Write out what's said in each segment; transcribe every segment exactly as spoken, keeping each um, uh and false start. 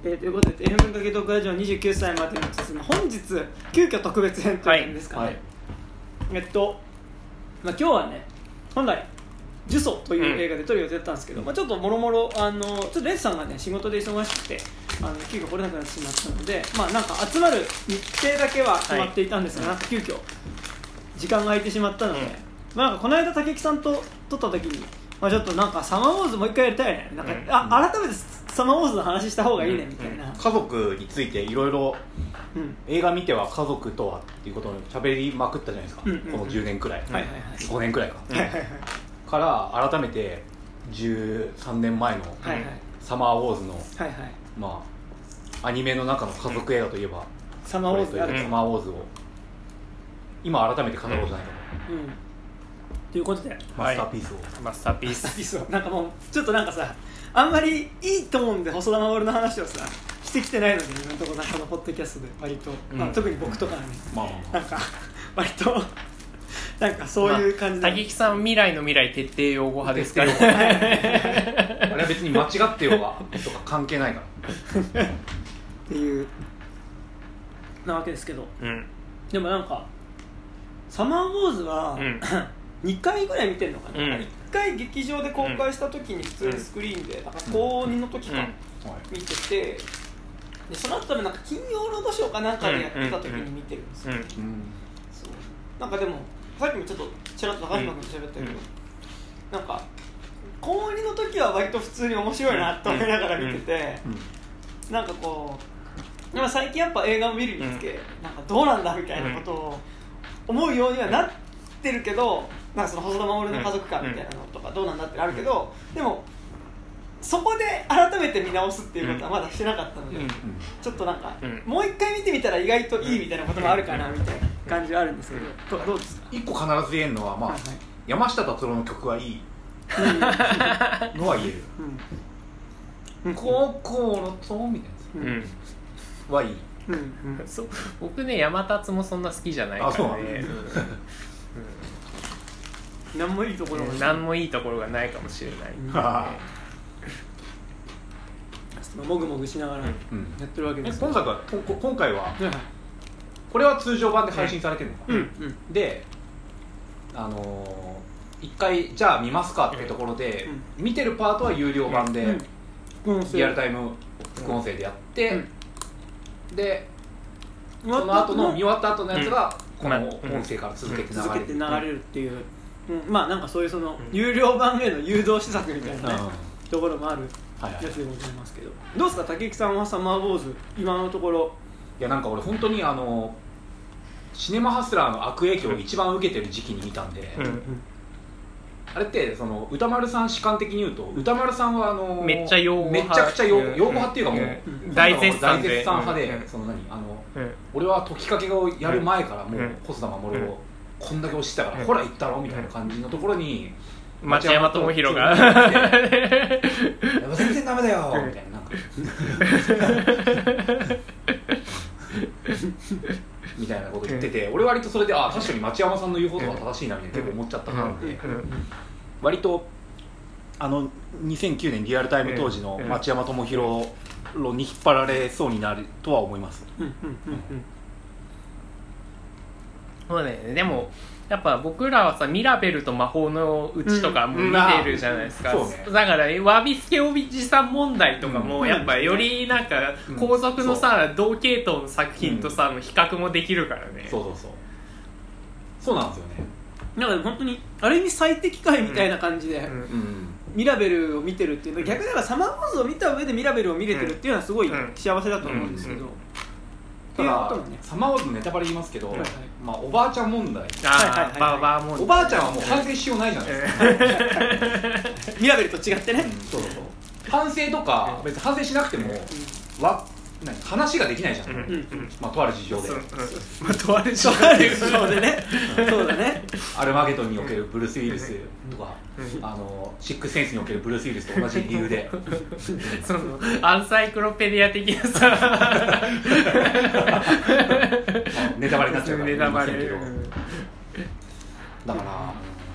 えー、ということで エフエム かけトークラジオにじゅうきゅうさいまでの進む本日急遽特別編というんですかね、はいはい、えっと、まあ、今日はね本来呪詛という映画で撮る予定だったんですけど、うんまあ、ちょっともろもろあのちょっとレンさんがね仕事で忙しくてあの急遽来れなくなってしまったので、まあ、なんか集まる日程だけは決まっていたんですが、はい、なんか急遽時間が空いてしまったので、うんまあ、なんかこの間武木さんと撮った時に、まあ、ちょっとなんかサマーウォーズもう一回やりたいねなんか、うん、あ改めてサマーウォーズの話した方がいいねみたいな、 うんうん、家族についていろいろ映画見ては家族とはっていうことを喋りまくったじゃないですか、うんうんうん、このじゅうねんくらい、はいはいはい、ごねんくらいか、はいはいはい、から改めてじゅうさんねんまえのサマーウォーズの、はいはいまあ、アニメの中の家族映画といえば、うん、 サマーウォーズであるサマーウォーズを今改めて語ろうじゃないかと、 うんうん、ということでマスターピースを、 はい、マスターピースマスターピースをなんかもうちょっとなんかさあんまりいいと思うんで細田守の話をさしてきてないので今のところこのポッドキャストで割と、うんまあ、特に僕とかね、まあまあまあ、なんか割となんかそういう感じで、 まあ、武木さん未来の未来徹底用語派ですからあれは別に間違ってようがとか関係ないからっていうなわけですけど、うん、でもなんかサマーウォーズは、うん、にかいぐらい見てるのかな、うん、いっかい劇場で公開した時に普通にスクリーンで、うん、なんかこうにの時か、うん、見ててでその後多分なんか金曜ロードショーかなんかでやってた時に見てるんですよ、ねうんうん、そうなんかでもさっきもちょっとちらっと高島君と喋ったけど、うん、なんか高にの時は割と普通に面白いなと思いながら見てて、うんうん、なんかこう今最近やっぱ映画を見るにつけ、うん、なんかどうなんだみたいなことを思うようにはなってるけどなんかその細田守の家族観みたいなのとかどうなんだってあるけど、でもそこで改めて見直すっていうことはまだしてなかったので、うん、ちょっとなんか、うん、もう一回見てみたら意外といいみたいなこともあるかなみたいな感じはあるんですけど、とかどうですか？ 一個必ず言えるのは、まあはいはい、山下達郎の曲はいいのは言える、うん、高校のトーンみたいなやつ、うん、はいい、 うんうん、そう僕ね山達もそんな好きじゃないからね何もいいところが何もいいところがないかもしれない、ね、 もぐもぐしながらやってるわけです、 うん、今作は今回は、はいはい、これは通常版で配信されてるのか、うんうん、であのー、一回じゃあ見ますかっていうところで、うん、見てるパートは有料版で、うん、リアルタイム副音声でやって、うん、でその後の見終わった後のやつが、うん、この音声から続けて流れる、 続けて流れるっていう、うん、まあなんかそういうその有料版への誘導施策みたいな、ねうん、ところもあるやつでございますけど、はいはい、どうですか武木さんはサマーウォーズ今のところ。 いやなんか俺本当にあのシネマハスラーの悪影響を一番受けてる時期に見たんで、うんうん、あれってその歌丸さん主観的に言うと歌丸さんはあのめっちゃ擁護派めちゃくちゃ擁護派っていうかもう、 うん、大絶賛で大絶賛派で、うん、その何あの、うん、俺は時かけをやる前からもう細田守をこんだけ推してたから、うん、ほら言ったろみたいな感じのところに町山智博が全然ダメだよみたいななんかみたいなこと言ってて、俺割とそれであ確かに町山さんの言うことが正しいなみたいな結構思っちゃった感じで、割とあのにせんきゅうねんリアルタイム当時の町山智博に引っ張られそうになるとは思います。 そうね、でもやっぱ僕らはさミラベルと魔法のうちとかも見てるじゃないですか、うんうんね、だからわびすけおじさん問題とかもやっぱよりなんか皇族のさ、うん、同系統の作品とさ、うん、比較もできるからね。 そうそうそうそうなんですよね。 なんか本当にある意味最適解みたいな感じで、うんうん、ミラベルを見てるっていうのは逆にだからサマーウォーズを見た上でミラベルを見れてるっていうのはすごい幸せだと思うんですけど、うんうんうんただ、ね、サマーウォーズのネタバレ言いますけど、はいはいまあ、おばあちゃん問題あー、バーバー問題おばあちゃんはもう反省しようないじゃないですかミラベルと違ってね、うん、そうそうそう反省とか別に反省しなくても、うん、わ何話ができないじゃん、うんうん、まあとある事情で、うんまあ、とある事情でねそうだねアルマゲドンにおけるブルース・ウィルスとか、うん、あのシックスセンスにおけるブルース・ウィルスと同じ理由でそのアンサイクロペディア的なさネタバレになっちゃうからネタバレ言いませんけど、うん、だから、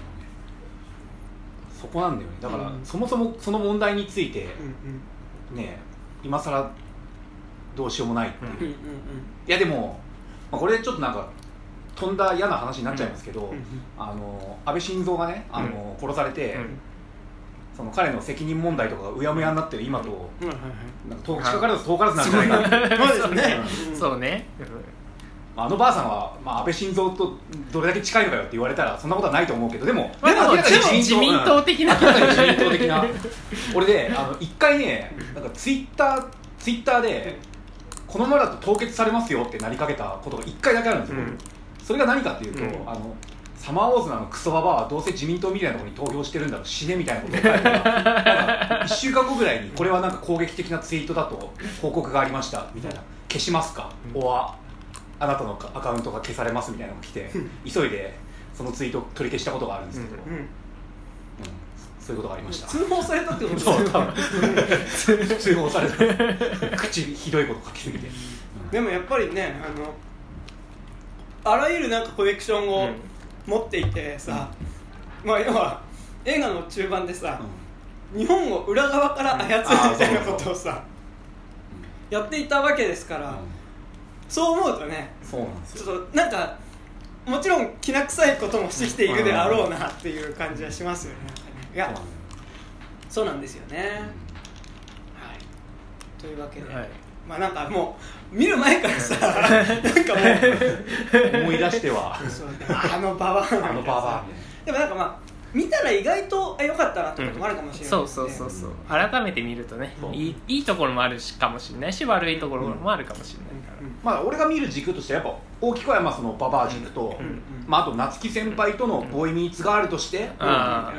そこなんだよね。だから、うん、そもそもその問題について、うんうん、ね今更どうしようもないっていう、 うんうんうん、いやでも、まあ、これちょっとなんか飛んだ嫌な話になっちゃいますけど、うんうん、あの安倍晋三がねあの、うん、殺されて、うん、その彼の責任問題とかがうやむやになってる今と、うんうん、なんか遠近からず遠からずなんじゃないかってそうですね、 うん、そうね、 あのばあさんは、まあ、安倍晋三とどれだけ近いのかよって言われたらそんなことはないと思うけど、でも、 まあ、でも明らかに自民党的な、 明らかに自民党的な俺であの一回ねなんかツイッターツイッターでこのままだと凍結されますよってなりかけたことが一回だけあるんですよ、うん、それが何かっていうと、うん、あのサマーウォーズのあのクソババアはどうせ自民党みたいなところに投票してるんだろう死ねみたいなことを書いていっしゅうかんごぐらいにこれはなんか攻撃的なツイートだと報告がありましたみたいな、消しますか、うん、おわあなたのアカウントが消されますみたいなのが来て急いでそのツイートを取り消したことがあるんですけど、うんうん、そういうことがありました。 通報されたってことですか？そう、多分通報された口ひどいこと書きすぎて、うん、 でもやっぱりねあのあらゆるなんかコレクションを持っていてさ、うん、まあ要は映画の中盤でさ、うん、日本を裏側から操るみたいなことをさ、うん、やっていたわけですから、うん、そう思うとね、 そうなんですよ、 ちょっとなんかもちろんきな臭いこともしてきているであろうなっていう感じはしますよね。いや、そうなんですよね、うん、はい、というわけで、はい、まあなんかもう見る前からさなんかもう思い出してはそうあのババアあのババアでもなんかまあ見たら意外と良かったなってこともあるかもしれない、 うん、そうそうそうそう、改めて見るとね、いい、いいところもあるしかもしれないし悪いところもあるかもしれないから、 うんうん、まあ俺が見る軸としてはやっぱ大きくはまあそのババア軸と、うんうん、まあ、あと夏木先輩とのボーイミーツガールとして、うん、その、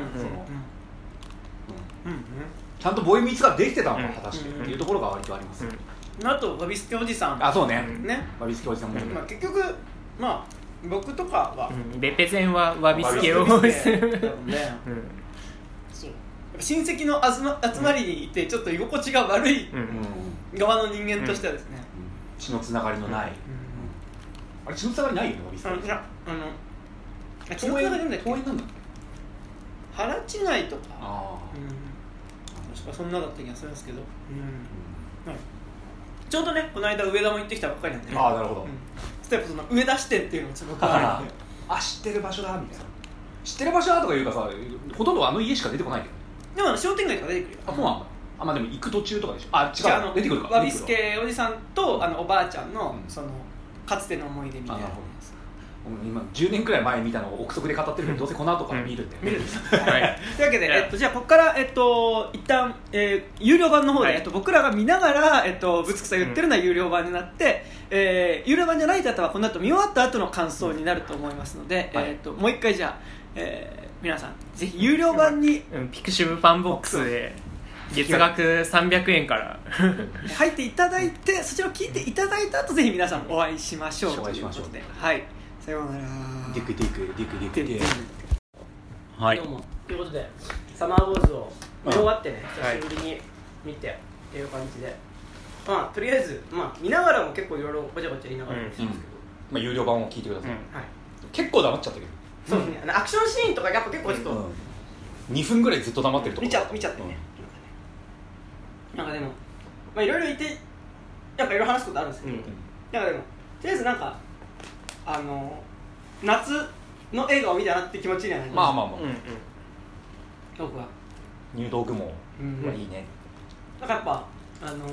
ちゃんとボーイミーツができてたのか果たしてっていうところが割とあります、 うん、あとバビスケおじさん、 あ、そうね、 ね、 バビスケおじさんも、 まあ、結局まあ僕とかは、 うん、レペゼンはわびすけをする、 ね、そう親戚の集まりにいてちょっと居心地が悪い側の人間としてはですね、 うんうん、血のつながりのない、うん、あれ血のつながりないよね、わびすけ。 いや、あの血のつながりなんだっけ、 遠縁なんだっけ、 腹違いとか、 あ、 うん、確かそんなだった気がするんですけど、うん、はい、ちょうどねこの間上田も行ってきたばっかりなんで、ね、 ああ、なるほど、うん、 そその上田支店っていうのがすごくあるんで、 あ、知ってる場所だみたいな、知ってる場所だとかいうかさ、ほとんどあの家しか出てこないけど、 でもあの商店街とか出てくるよ。 あ、そうなんだ。あ、まあでも行く途中とかでしょ。あ、違う、あの出てくるか。 わびすけおじさんとあのおばあちゃんの、うん、そのかつての思い出みたいな。 今じゅうねんくらい前に見たのを憶測で語ってるけど、どうせこの後から見るんで、 うん、見るんです、はい、というわけで、えっと、じゃあここから、えっと、一旦、えー、有料版の方で、はい、えっと、僕らが見ながら、えっと、ぶつくさ言ってるのは有料版になって、うん、えー、有料版じゃない方はこの後見終わった後の感想になると思いますので、はい、えっと、もう一回じゃあ、えー、皆さんぜひ有料版に、 うん、ピクシブファンボックスで月額さんびゃくえんから入っていただいて、そちらを聞いていただいた後ぜひ皆さんお会いしましょうということで、はい、さようなら。 ディクディクディクディクディク。 はい。どうもということでサマーウォーズを見終わってね、久しぶりに見てっていう感じで、まあとりあえずまあ見ながらも結構いろいろごちゃごちゃ言いながらですけど、うんうん、 まあ有料版を聞いてください。うん、はい。結構黙っちゃったけど。 そうですね。アクションシーンとかやっぱ結構ちょっと、うん、 にふんぐらいずっと黙ってるとこ見ちゃ見ちゃってね。うん、なんかでもまあいろいろいてやっぱいろいろ話すことあるんですけど、うん、なんかでもとりあえずなんかあの夏の映画を見たなって気持ちにはなります。 まあまあまあ、うんうん、 僕は入道雲はいいね、 うん、なんかやっぱあの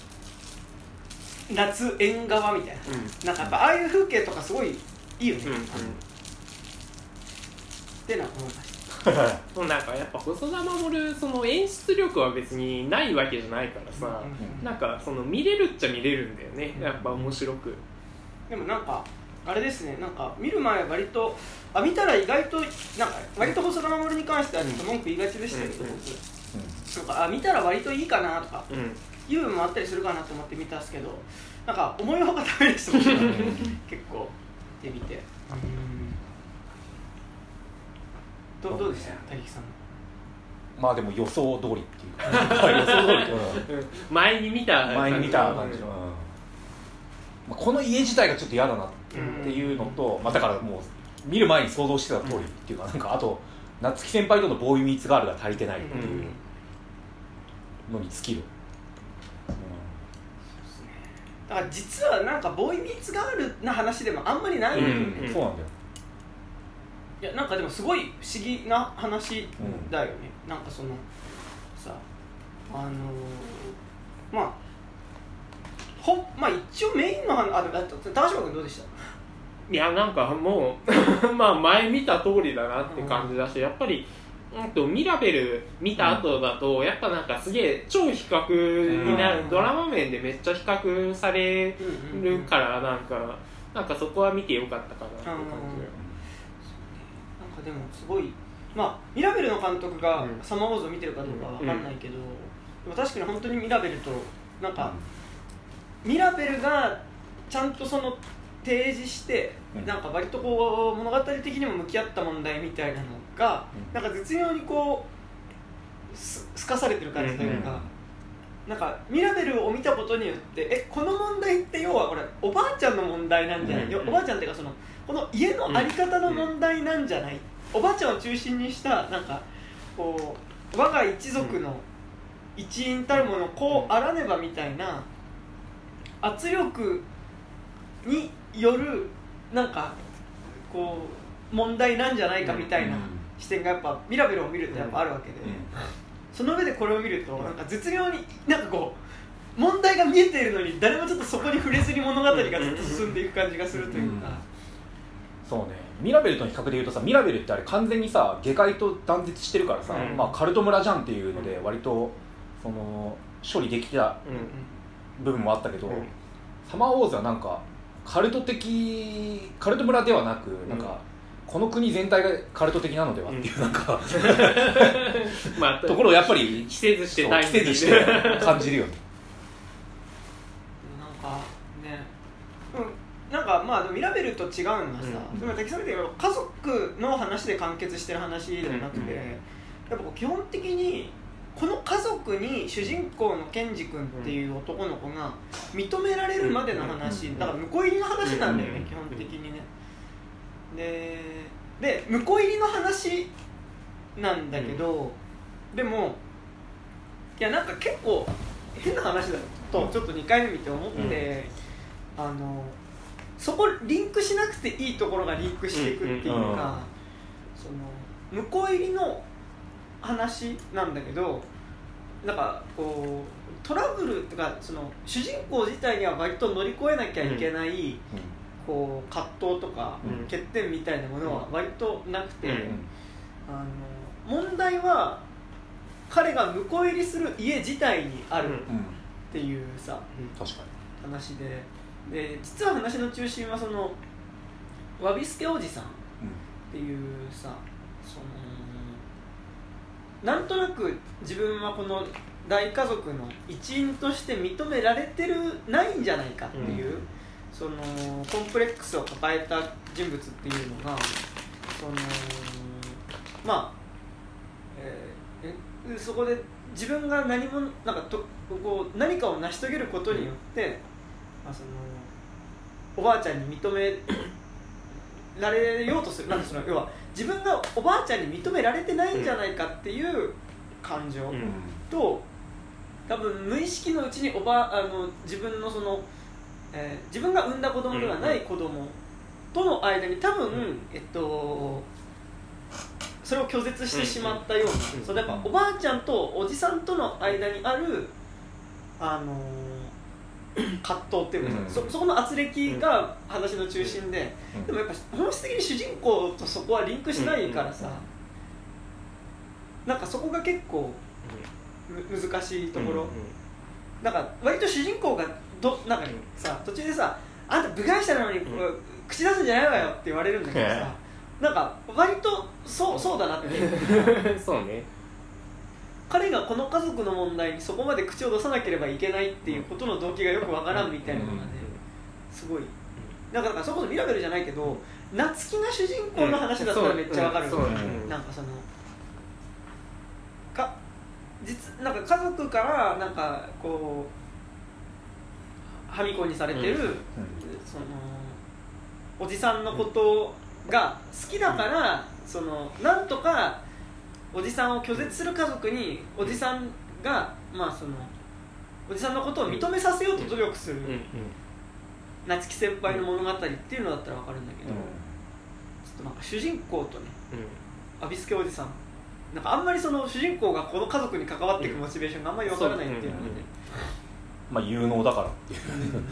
夏縁側みたいな、うん、なんかやっぱああいう風景とかすごいいいよね、うんうん、ってのは思いましたなんかやっぱ細田守その演出力は別にないわけじゃないからさ、うん、なんかその見れるっちゃ見れるんだよね、やっぱ面白く。 でもなんかあれですね、なんか見る前割とあ見たら意外となんか割と細田守に関してはちょっと文句言いがちでしたけど、うん、なんかあ見たら割といいかなとか、うん、いう部分もあったりするかなと思って見たんですけど、なんか思いのほかダメでしたもんね結構で見て、うんど, どうでした大樹さん。 まあでも予想通りっていうか予想通り、 うん、前に見た前に見た感じの、うん、まあ、この家自体がちょっと嫌だなっていうのと、うん、まあ、だからもう見る前に想像してた通りっていうか、なんかあと夏木先輩とのボーイミーツガールが足りてないっていうのに尽きる、うん、そうですね。 だから実はなんかボーイミーツガールな話でもあんまりないんだよね、 うんうん、そうなんだよ。 いやなんかでもすごい不思議な話だよね、うん、なんかそのさあのー、まあほまあ一応メインの話あで高島君どうでした？ いやなんかもうまあ前見た通りだなって感じだし、うん、やっぱりあとミラベル見た後だと、うん、やっぱなんかすげえ超比較になる、うん、ドラマ面でめっちゃ比較されるからなんかなんかそこは見てよかったかなって感じ、うん、なんかでもすごいまあミラベルの監督がサマーウォーズを見てるかどうかわかんないけど、うん、でも確かに本当にミラベルとなんか、うん、ミラベルがちゃんとその提示して、うん、なんか割とこう物語的にも向き合った問題みたいなのが、うん、なんか絶妙にこうすすかされてる感じというか、うん、なんかミラベルを見たことによってえこの問題って要はこれおばあちゃんの問題なんじゃない、うん、おばあちゃんっていうかそのこの家の在り方の問題なんじゃない、うん、おばあちゃんを中心にしたなんかこう我が一族の一員たるものをこうあらねばみたいな圧力によるなんかこう問題なんじゃないかみたいな視点がやっぱミラベルを見るとやっぱあるわけで、その上でこれを見るとなんか絶妙になんかこう問題が見えているのに誰もちょっとそこに触れずに物語がずっと進んでいく感じがするというか、 そうね、ミラベルとの比較で言うとさ、ミラベルってあれ完全にさ下界と断絶してるからさ、うん、まあカルト村じゃんっていうので割とその処理できた部分もあったけど、うん、サマーウォーズはなんかカルト的カルト村ではなく、うん、なんかこの国全体がカルト的なのではっていう、うん、なんかまあ、ところをやっぱり季節してない季節して感じるよね。 なんかね、うん、なんかまあミラベルと違うのはさ、うん、適切に言うと家族の話で完結してる話ではなくて、うん、やっぱこう基本的にこの家族に主人公のケンジ君っていう男の子が認められるまでの話だから婿入りの話なんだよね、基本的にね。で, で婿入りの話なんだけど、でもいやなんか結構変な話だとちょっとにかいめ見て思って、うん、あのそこリンクしなくていいところがリンクしていくっていうか、うんうん、その婿入りの話なんだけど、なんかこうトラブルとかその主人公自体には割と乗り越えなきゃいけない、うん、こう葛藤とか、うん、欠点みたいなものは割となくて、うん、あの問題は彼が婿入りする家自体にあるっていうさ、 うん、確かに話で、で実は話の中心はそのわびすけおじさんっていうさ、そのなんとなく自分はこの大家族の一員として認められてるないんじゃないかっていう、うん、そのコンプレックスを抱えた人物っていうのがそのまあ、えー、そこで自分が何もなんかとこう何かを成し遂げることによって、まあ、そのおばあちゃんに認められようとする、なんかその要は自分がおばあちゃんに認められてないんじゃないかっていう感情と、多分無意識のうちにおばあの自分のその、えー、自分が産んだ子供ではない子供との間に多分、えっと、それを拒絶してしまったような、それやっぱおばあちゃんとおじさんとの間にあるあの葛藤っていうか、うん、そ, そこの圧力が話の中心で、うん、でもやっぱ本質的に主人公とそこはリンクしないからさ、なんかそこが結構む難しいところ、なんか割と主人公がどなんかさ途中でさあんた部外者なのに、うん、口出すんじゃないわよって言われるんだけどさ、なんか割とそうそうだなってそうね、 彼がこの家族の問題にそこまで口を出さなければいけないっていうことの動機がよくわからんみたいなのがね、すごいだからそれこそミラベルじゃないけど夏希が主人公の話だったらめっちゃわかる、うんうん、なんかそのか実なんか家族からなんかこうはみこにされてる、うん、そのおじさんのことが好きだから、そのなんとかおじさんを拒絶する家族におじさんがまあそのおじさんのことを認めさせようと努力する、うんうんうん、夏希先輩の物語っていうのだったら分かるんだけど、うん、ちょっとなんか主人公とね、うん、アビスケおじさんなんかあんまりその主人公がこの家族に関わっていくモチベーションがあんまり分からないっていうのがね、 うん、まあ有能だからっていう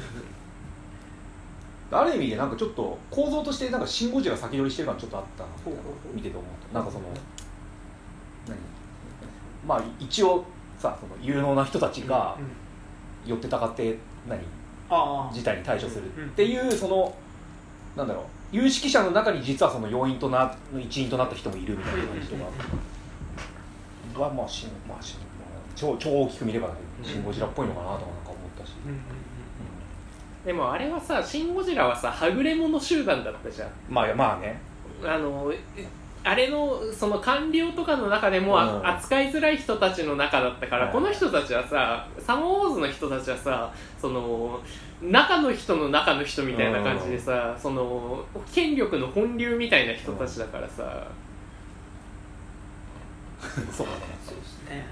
ある意味でなんかちょっと構造としてなんかシン・ゴジラ先取りしてる感ちょっとあったな見てて思うとなんかその何まあ一応さその有能な人たちが寄ってたかって何事態に対処するっていうそのなんだろう有識者の中に実はその要因とな一員となった人もいるみたいな感じとかはまあシンまあシン超超大きく見ればシン・ゴジラっぽいのかなとかなんか思ったし。 でもあれはさ、シン・ゴジラはさ、はぐれ者集団だったじゃん。 まあまあね。 あのあれのその官僚とかの中でも、うん、扱いづらい人たちの中だったから、はい、この人たちはさ、サマーウォーズの人たちはさ、その中の人の中の人みたいな感じでさ、うん、その権力の本流みたいな人たちだからさ。 うん、そうだね。 そうですね。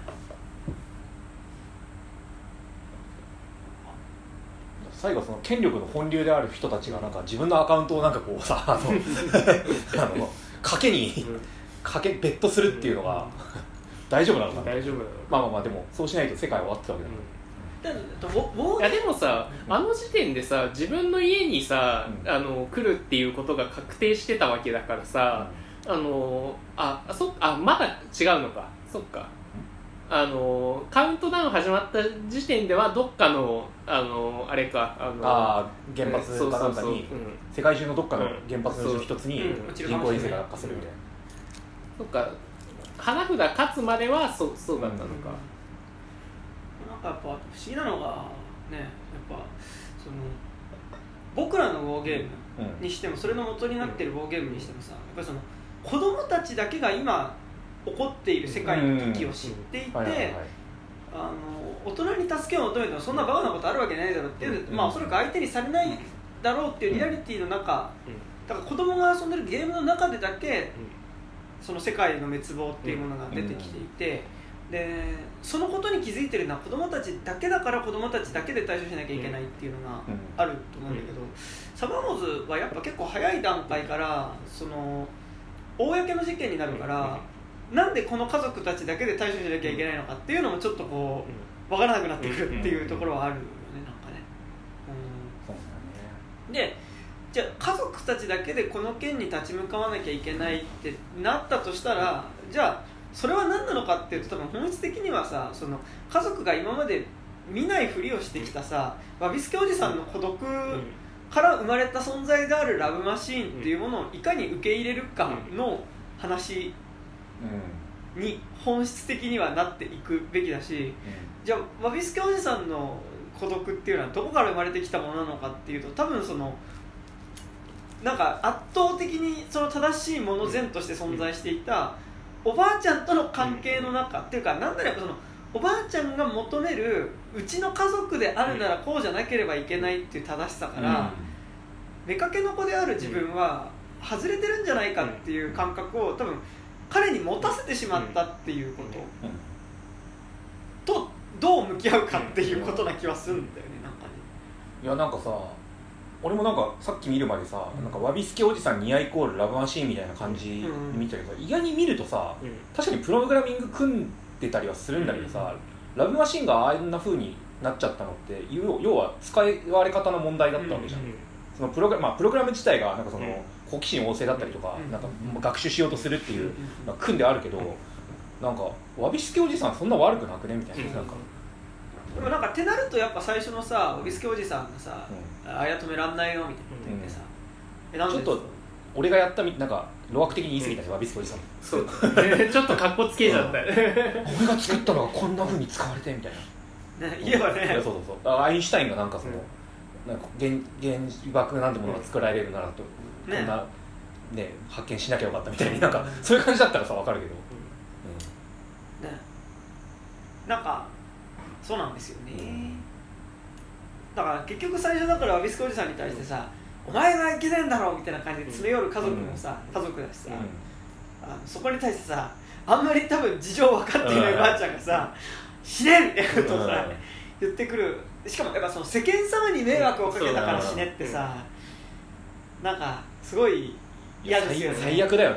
最後その権力の本流である人たちがなんか自分のアカウントをなんかこうさあのあの賭けに賭けベットするっていうのが大丈夫なのかな。 大丈夫。 まあまあまあでもそうしないと世界は終わってたわけだから。 うん、いやでもさあの時点でさ自分の家にさ、うん、あの来るっていうことが確定してたわけだからさ、うん、あのあそあまだ違うのかそっか。あのカウントダウン始まった時点ではどっかのあのあれかあのあ原発かなんかに世界中のどっかの原発の一つに人工衛星が落下するみたいな、 そっか花札勝つまではそそうだったのか、 うん、なんかやっぱ不思議なのがねやっぱその僕らのウォーゲームにしてもそれの元になってるウォーゲームにしてもさやっぱりその子供たちだけが今起こっている世界の危機を知っていて大人に助けを求めてもそんなバカなことあるわけないだろうっていう、うん、まあおそらく相手にされないだろうっていうリアリティの中、うん、だから子供が遊んでるゲームの中でだけ、うん、その世界の滅亡っていうものが出てきていて、うん、でそのことに気づいてるのは子供たちだけだから子供たちだけで対処しなきゃいけないっていうのがあると思うんだけど、うん、サバモズはやっぱ結構早い段階からその公の事件になるから、うん、なんでこの家族たちだけで対処しなきゃいけないのかっていうのもちょっとこう分からなくなってくるっていうところはあるよねなんかね。うん、そうだね。でじゃあ家族たちだけでこの件に立ち向かわなきゃいけないってなったとしたらじゃあそれは何なのかっていうと多分本質的にはさその家族が今まで見ないふりをしてきたさワビスケおじさんの孤独から生まれた存在であるラブマシーンっていうものをいかに受け入れるかの話に本質的にはなっていくべきだし、じゃあワビスケおじさんの孤独っていうのはどこから生まれてきたものなのかっていうと多分そのなんか圧倒的にその正しいもの善として存在していたおばあちゃんとの関係の中っていうかなんだろうそのおばあちゃんが求めるうちの家族であるならこうじゃなければいけないっていう正しさから妾の子である自分は外れてるんじゃないかっていう感覚を多分彼に持たせてしまったっていうこととどう向き合うかっていうことな気はするんだよねなんかね。 いやなんかさ俺もなんかさっき見るまでさ、うん、なんかワビスケおじさんニアイコールラブマシーンみたいな感じで見たけど、うん、意外に見るとさ、うん、確かにプログラミング組んでたりはするんだけどさ、うん、ラブマシーンがあんな風になっちゃったのって要は使われ方の問題だったわけじゃん、うんうん、そのプログラ、まあ、プログラム自体がなんかその、うん、好奇心旺盛だったりとか、うん、なんか学習しようとするっていう、まあ、組んであるけどなんかワビスケおじさんそんな悪くなくねみたいな、うん、なんかでもなんかってなるとやっぱ最初のさワビスケおじさんがさ、うん、あや止めらんないよみたいなこと言ってさ、 うん、えなんでちょっと俺がやったみなんか路悪的に言い過ぎたね、うん、ワビスケおじさんそうちょっとカッコつけちゃったよ俺が作ったのがこんな風に使われてみたいなね言えばねそうそうそうアインシュタインがなんかその、うん、なんか 原, 原爆なんてものが作られるならと、うん、こんな、ね、発見しなきゃよかったみたいになんかそういう感じだったらさ分かるけど、 うんうん、ねなんかそうなんですよね、うん、だから結局最初だからワビスケおじさんに対してさ、うん、お前がいけないんだろみたいな感じで詰め寄る家族もさ、うん、家族だしさ、うん、あのそこに対してさあんまり多分事情分かっていないばあちゃんがさ、うん、死ねみたいなことをさ、うん、 言ってくる。しかもやっぱその世間様に迷惑をかけたから死ねってさ、なんかすごい嫌ですよね。 最悪だよね。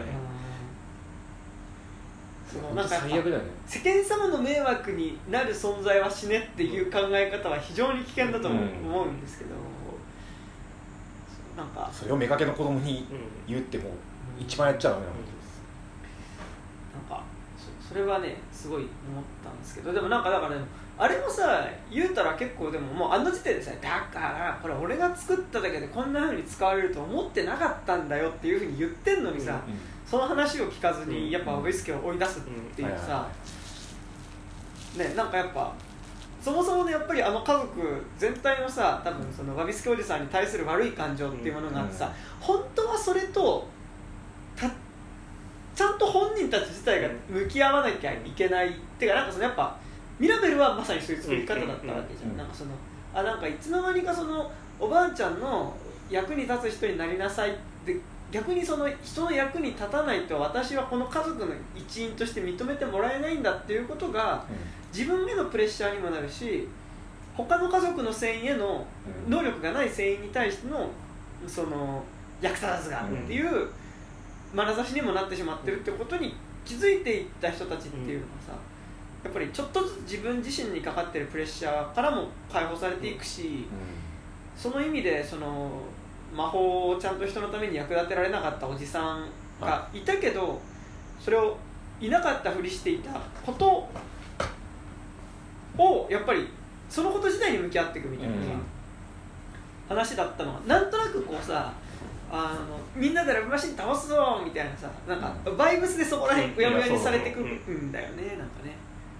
そのなんか最悪だよね。世間様の迷惑になる存在は死ねっていう考え方は非常に危険だと思うんですけど、うん、なんかそれを妾の子供に言っても一番やっちゃダメなことです。 なんか そ, それはねすごい思ったんですけど、でもなんかだから、ね、あれもさ言うたら結構でももうあの時点でさ、だからこれ俺が作っただけでこんな風に使われると思ってなかったんだよっていう風に言ってんのにさ、うんうん、その話を聞かずにやっぱウイスキーを追い出すっていうさ、ね、なんかやっぱそもそもねやっぱりあの家族全体のさ多分そのワビスケおじさんに対する悪い感情っていうものがあってさ、本当はそれとたちゃんと本人たち自体が向き合わなきゃいけないっていうか、なんかそのやっぱミラベルはまさにそういう作り方だったわけじゃん。なんかそのあなんかいつの間にかそのおばあちゃんの役に立つ人になりなさいって逆にその人の役に立たないと私はこの家族の一員として認めてもらえないんだっていうことが自分へのプレッシャーにもなるし、他の家族の船員への能力がない船員に対してのその役立たずがあるっていう眼差しにもなってしまってるってことに気づいていった人たちっていうのがさ、やっぱりちょっとずつ自分自身にかかってるプレッシャーからも解放されていくし、その意味でその魔法をちゃんと人のために役立てられなかったおじさんがいたけど、それをいなかったふりしていたことをやっぱりそのこと自体に向き合っていくみたいな話だったのが、なんとなくこうさ、あのみんなでラブマシン倒すぞみたいなさ、なんかバイブスでそこら辺うやむやにされてくるんだよね、なんかね。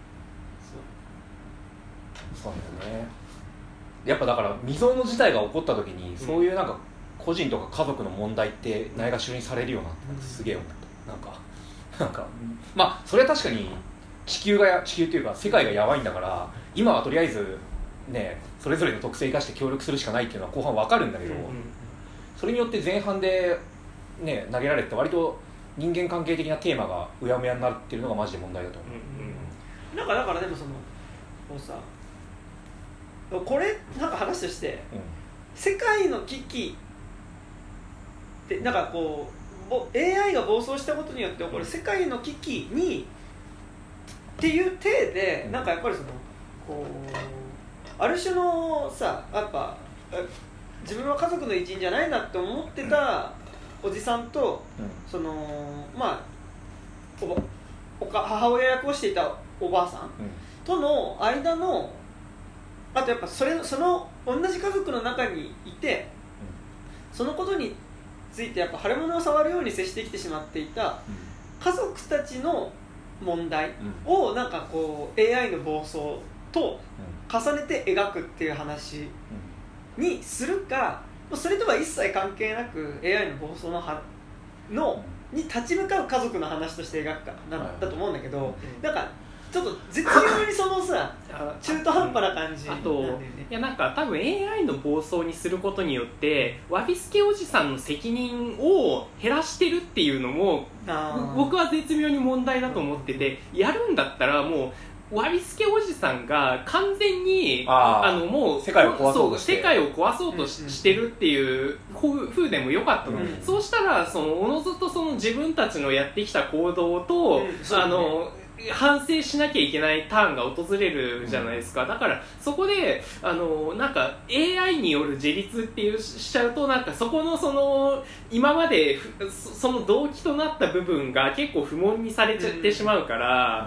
そうそうだよね。やっぱだから未曾有の事態が起こった時に、そういうなんか個人とか家族の問題ってないがしろにされるようなってすげえ思った。なんかなんかまあそれは確かに地球が地球っていうか世界がやばいんだから、今はとりあえずねそれぞれの特性を生かして協力するしかないっていうのは後半わかるんだけど、うんうん、それによって前半でね投げられて割と人間関係的なテーマがうやむやになってるのがマジで問題だと思う。うんうん、なんかだからでもそのこうさ。これなんか話として、うん、世界の危機ってなんかこう エーアイ が暴走したことによって起こる世界の危機にっていう体で、うん、なんかやっぱりそのこうある種のさやっぱ自分は家族の一員じゃないなって思ってたおじさんと、うん、そのまあおばおか母親役をしていたおばあさん、うん、との間のあとやっぱそれその同じ家族の中にいて、そのことについてやっぱ腫れ物を触るように接してきてしまっていた家族たちの問題をなんかこう エーアイ の暴走と重ねて描くっていう話にするか、それとは一切関係なく エーアイ の暴走のはのに立ち向かう家族の話として描くかなんだと思うんだけど、なんかちょっと絶妙にそのさ中途半端な感じなんだよね。 いやなんか多分 エーアイ の暴走にすることによってワビスケおじさんの責任を減らしてるっていうのも僕は絶妙に問題だと思ってて、やるんだったらもうワビスケおじさんが完全にああのもう世界を壊そうとして世界を壊そうと し,、うん、してるっていう風でもよかったの、うん、そうしたらそのおのずとその自分たちのやってきた行動と、うん、あの反省しなきゃいけないターンが訪れるじゃないですか。だからそこであのなんか エーアイ による自立っていうしちゃうと、なんかそこのその今までその動機となった部分が結構不問にされちゃってしまうから、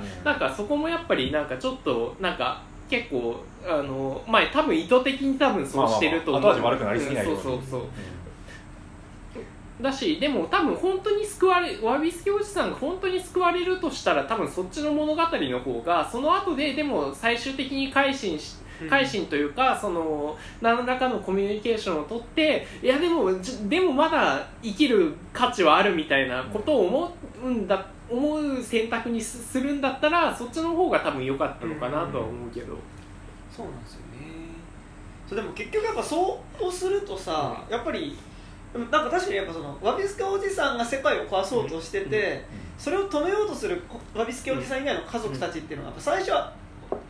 うん、なんかそこもやっぱりなんかちょっとなんか結構あのまあ多分意図的に多分そうしてると思う。 まあまあ、後味悪くなりすぎないように。 そうそうそう。うんだし、でも多分本当に救われワビスケおじさんが本当に救われるとしたら多分そっちの物語の方がその後ででも最終的に改心し改心というか、その何らかのコミュニケーションを取って、いやでもでもまだ生きる価値はあるみたいなことを思うんだ思う選択にするんだったらそっちの方が多分良かったのかなとは思うけど、うん、 そうなんですよね。そうでも結局やっぱそうするとさ、うん、やっぱりなんか確かにやっぱそのワビスケおじさんが世界を壊そうとしてて、それを止めようとするワビスケおじさん以外の家族たちっていうのがやっぱ最初は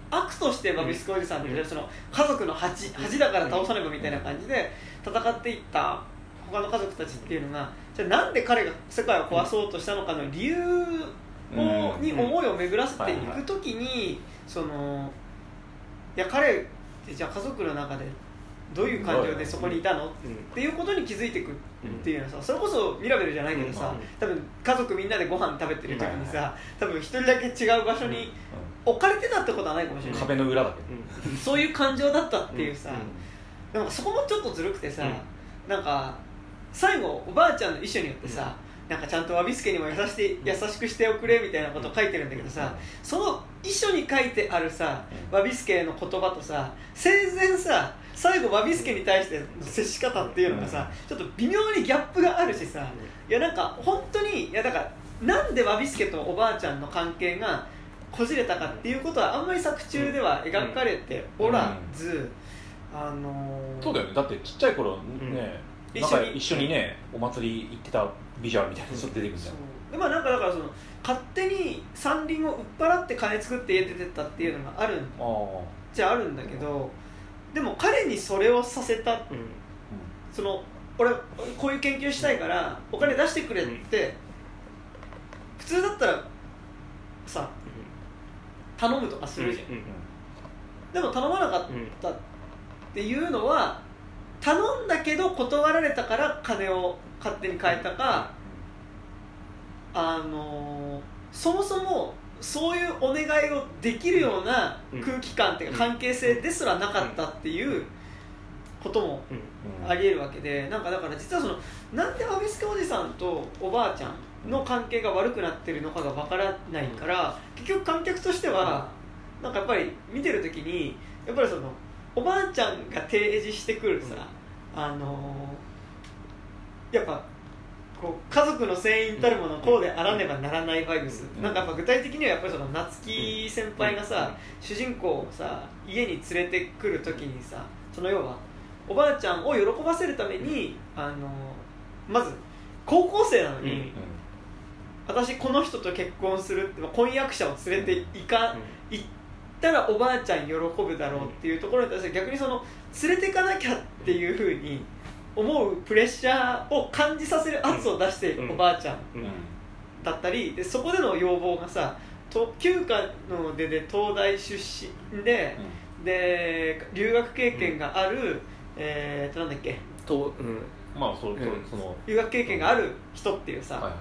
悪としてバビスケおじさんって、うん、その家族の恥、恥だから倒さねばみたいな感じで戦っていった他の家族たちっていうのが、じゃあなんで彼が世界を壊そうとしたのかの理由を、うん、に思いを巡らせていくときに、そのいや彼ってじゃあ家族の中でどういう感情でそこにいたの、うん、っていうことに気づいていくっていうのはさ、それこそミラベルじゃないけどさ、多分家族みんなでご飯食べてる時にさ、多分一人だけ違う場所に置かれてたってことはないかもしれない。 壁の裏だけどそういう感情だったっていうさ、なんかそこもちょっとずるくてさ、なんか最後おばあちゃんの遺書によってさ、なんかちゃんとワビスケにも優しく優しくしておくれみたいなことを書いてるんだけどさ、その遺書に書いてあるさワビスケの言葉とさ、生前さ最後ワビスケに対しての接し方っていうのがさ、ちょっと微妙にギャップがあるしさ、いやなんか本当に、いやだからなんでワビスケとおばあちゃんの関係がこじれたかっていうことはあんまり作中では描かれておらず、あのー、 そうだよね。だってちっちゃい頃ね、うん、なんか一緒にねお祭り行ってたビジュアルみたいな人出てくるんだよ。 でまあなんかだからその勝手に山林を売っ払って金作って家出てったっていうのがあるんじゃあるんだけど、でも彼にそれをさせた、うん、その俺こういう研究したいからお金出してくれって、うん、普通だったらさ頼むとかするじゃん、うんうん、でも頼まなかったっていうのは、頼んだけど断られたから金を勝手に変えたか、あのー、そもそもそういうお願いをできるような空気感っていうか関係性ですらなかったっていうこともありえるわけで、なんかだから実はそのなんでワビスケおじさんとおばあちゃんの関係が悪くなってるのかがわからないから、結局観客としてはなんかやっぱり見てる時にやっぱりそのおばあちゃんが提示してくるさ、あのー、やっぱこう家族の船員たるものこうであらねばならないバイブス、なんかやっぱ具体的にはやっぱりその夏希先輩がさ、主人公をさ家に連れてくる時にさ、その要はおばあちゃんを喜ばせるために、あのー、まず高校生なのに、うんうん、私この人と結婚するって婚約者を連れて行か、うん、行ったらおばあちゃん喜ぶだろうっていうところに対して逆にその連れて行かなきゃっていう風に思うプレッシャーを感じさせる圧を出しているおばあちゃんだったりで、そこでの要望がさ旧家の出で東大出身で、うん、で留学経験がある、うん、えー、となんだっけと、うんまあ、そうん、その留学経験がある人っていうさ、はいはい、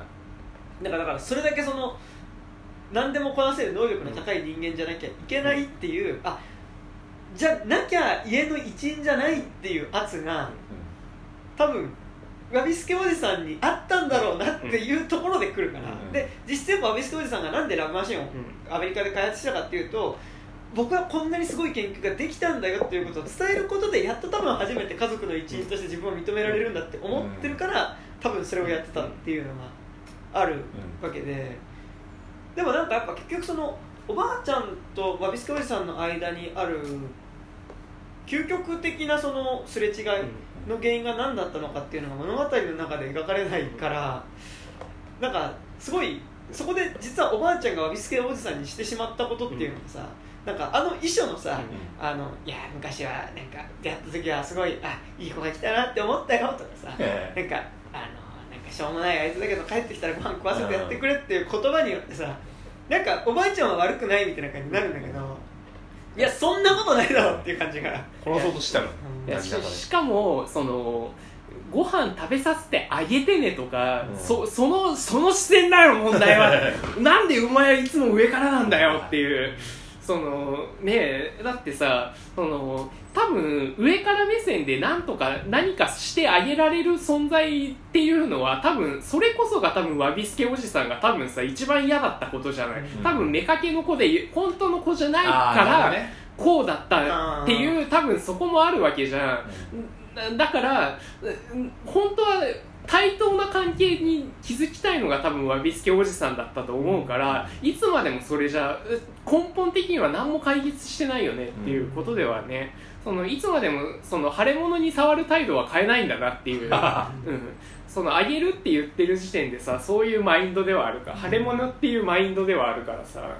だからだからそれだけその何でもこなせる能力の高い人間じゃなきゃいけないっていう、うん、あじゃなきゃ家の一員じゃないっていう圧が、うん多分ワビスケおじさんにあったんだろうなっていうところで来るから、うん、で実質ワビスケおじさんがなんでラブマシンをアメリカで開発したかっていうと、僕はこんなにすごい研究ができたんだよっていうことを伝えることでやっと多分初めて家族の一員として自分を認められるんだって思ってるから多分それをやってたっていうのがあるわけで、でもなんかやっぱ結局そのおばあちゃんとワビスケおじさんの間にある究極的なそのすれ違いの原因が何だったのかっていうのが物語の中で描かれないから、なんかすごいそこで実はおばあちゃんがワビスケおじさんにしてしまったことっていうのがさ、なんかあの遺書のさ、あのいや昔はなんか出会った時はすごいあいい子が来たなって思ったよとかさ、なんかあのなんかしょうもないあいつだけど帰ってきたらご飯食わせてやってくれっていう言葉によってさ、なんかおばあちゃんは悪くないみたいな感じになるんだけど、いやそんなことないだろうっていう感じが殺そうとしたの、 いや し, しかもそのご飯食べさせてあげてねとか、うん、そ, そのその視線だよ問題はなんでお前はいつも上からなんだよっていうそのねえだってさその多分上から目線で何とか何かしてあげられる存在っていうのは多分それこそが多分ワビスケおじさんが多分さ一番嫌だったことじゃない、うん、多分妾の子で本当の子じゃないからこうだったっていう多分そこもあるわけじゃん。だから本当は対等な関係に築きたいのが多分ワビスケおじさんだったと思うから、いつまでもそれじゃ根本的には何も解決してないよねっていうことではね、そのいつまでもその腫れ物に触る態度は変えないんだなっていう、うん、そのあげるって言ってる時点でさそういうマインドではあるから、腫れ物っていうマインドではあるからさ、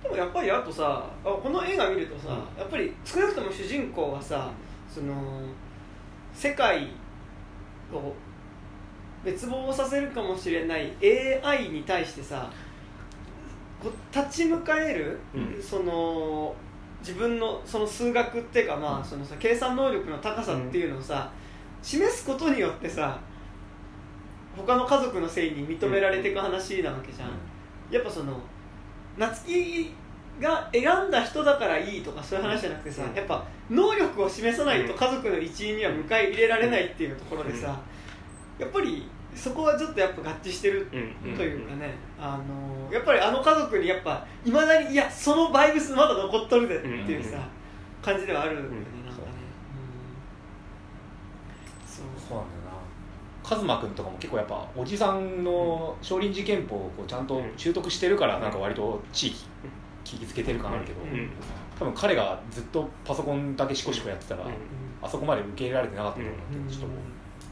でもやっぱりあとさこの映画見るとさ、うん、やっぱり少なくとも主人公はさその世界を滅亡させるかもしれない エーアイ に対してさこう立ち向かえる、うん、その自分のその数学っていうか、まあ、そのさ計算能力の高さっていうのをさ、うん、示すことによってさ他の家族のせいに認められていく話なわけじゃん、うん、やっぱその夏希が選んだ人だからいいとかそういう話じゃなくてさ、うん、やっぱ能力を示さないと家族の一員には迎え入れられないっていうところでさ、うん、やっぱりそこはちょっとやっぱ合致してるというかね、あのやっぱりあの家族にやっぱいまだにいやそのバイブスまだ残っとるでっていうさ感じではあるんだよね、なんかね、 うん、そうそうなんだよな。カズマくんとかも結構やっぱおじさんの少林寺拳法をこうちゃんと習得してるからなんか割と地域聞きつけてる感あるけど、多分彼がずっとパソコンだけシコシコやってたらあそこまで受け入れられてなかったんだろうなってちょっと思う。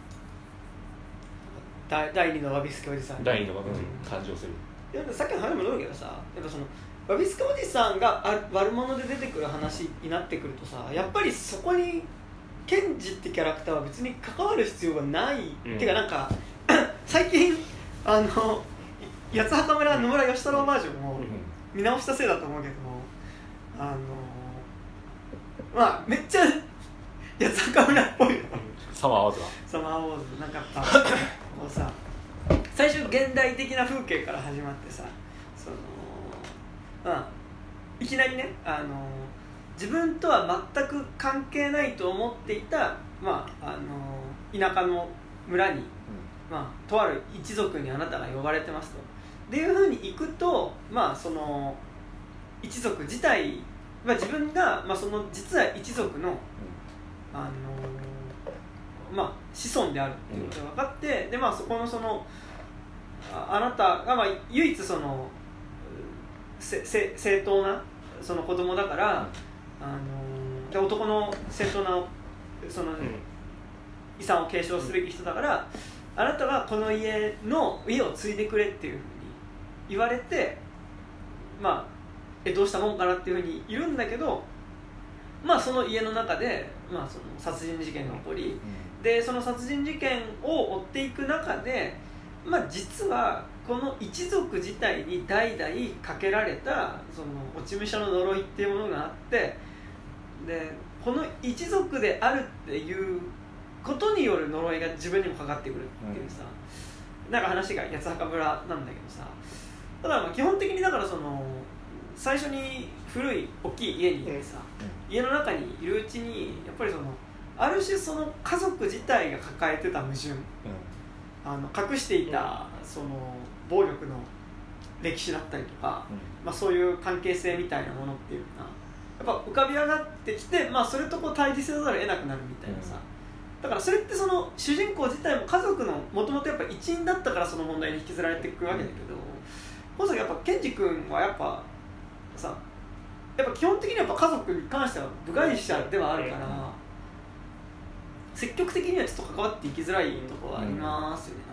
第二のわびすけおじさん第二のわびすけ誕生する。 いやさっきの話もそうだけどさ、やっぱそのわびすけおじさんが悪者で出てくる話になってくるとさ、やっぱりそこにケンジってキャラクターは別に関わる必要がない、うん、っていうかなんか最近あの八つ墓村野村義太郎バージョンを見直したせいだと思うけども、あのまあめっちゃ八つ墓村っぽいよサマーウォーズはサマーウォーズなんかやっぱこうさ最初現代的な風景から始まってさ、そのまあいきなりねあの自分とは全く関係ないと思っていた、まあ、あの田舎の村に、うんまあ、とある一族にあなたが呼ばれてますとっていうふうに行くと、まあ、その一族自体、まあ、自分が、まあ、その実は一族の、うんあのまあ、子孫であるっていうことが分かって、で、まあ、そこのその あ, あなたが、まあ、唯一そのせせ正当なその子供だから、うんあのー、男の正当なその、うん、遺産を継承すべき人だから、うん、あなたはこの家の家を継いでくれっていうふうに言われて、まあえどうしたもんかなっていうふうに言うんだけど、まあその家の中で、まあ、その殺人事件が起こり、うん、でその殺人事件を追っていく中で、まあ、実はこの一族自体に代々かけられたその落ち武者の呪いっていうものがあって、でこの一族であるっていうことによる呪いが自分にもかかってくるっていうさ、うん、なんか話が八つ墓村なんだけどさ、だからまあ基本的にだからその最初に古い大きい家にいてさ、うん、家の中にいるうちにやっぱりそのある種その家族自体が抱えてた矛盾、うん、あの隠していたその暴力の歴史だったりとか、うんまあ、そういう関係性みたいなものっていうのがやっぱ浮かび上がってきて、まあ、それとこう対峙せざるを得なくなるみたいなさ、うん、だからそれってその主人公自体も家族のもともとやっぱ一員だったからその問題に引きずられていくわけだけど、まさにやっぱケンジ君はやっぱさやっぱ基本的にはやっぱ家族に関しては部外者ではあるから、うん、積極的にはちょっと関わっていきづらいところはありますよね、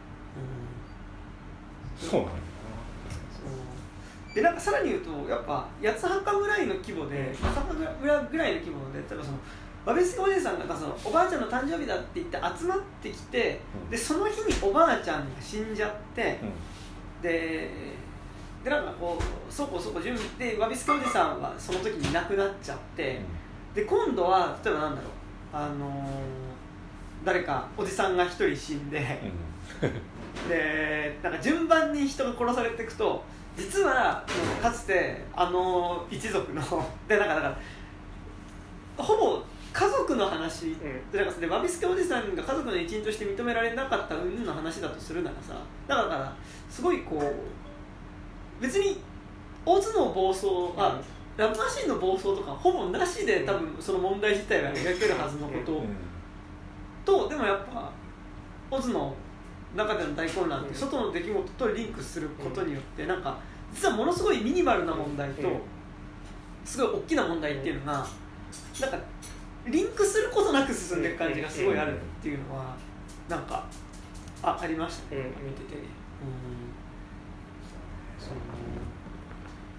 うん、そうなんだな。 でなんかさらに言うとやっぱ八つ墓ぐらいの規模で八つ墓ぐらいの規模で例えばそのわびすけお姉さんがそのおばあちゃんの誕生日だって言って集まってきて、うん、でその日におばあちゃんが死んじゃって、うん、ででなんかこうそこそこ準備でわびすけおじさんはその時にいなくなっちゃって、うん、で今度は例えばなんだろうあのー、誰かおじさんが一人死んで、でなんか順番に人が殺されていくと実はかつてあの一族のでなんかだからほぼ家族の話でなんかでわびすけおじさんが家族の一員として認められなかった云々の話だとするならさ、だからすごいこう別にオズの暴走は、うん、ラブマシンの暴走とかほぼなしで多分その問題自体が描けるはずのこと、うん、とでもやっぱオズの中での大混乱って外の出来事とリンクすることによってなんか実はものすごいミニマルな問題とすごい大きな問題っていうのがなんかリンクすることなく進んでいく感じがすごいあるっていうのはなんか あ, ありましたね、見てて、うん、そ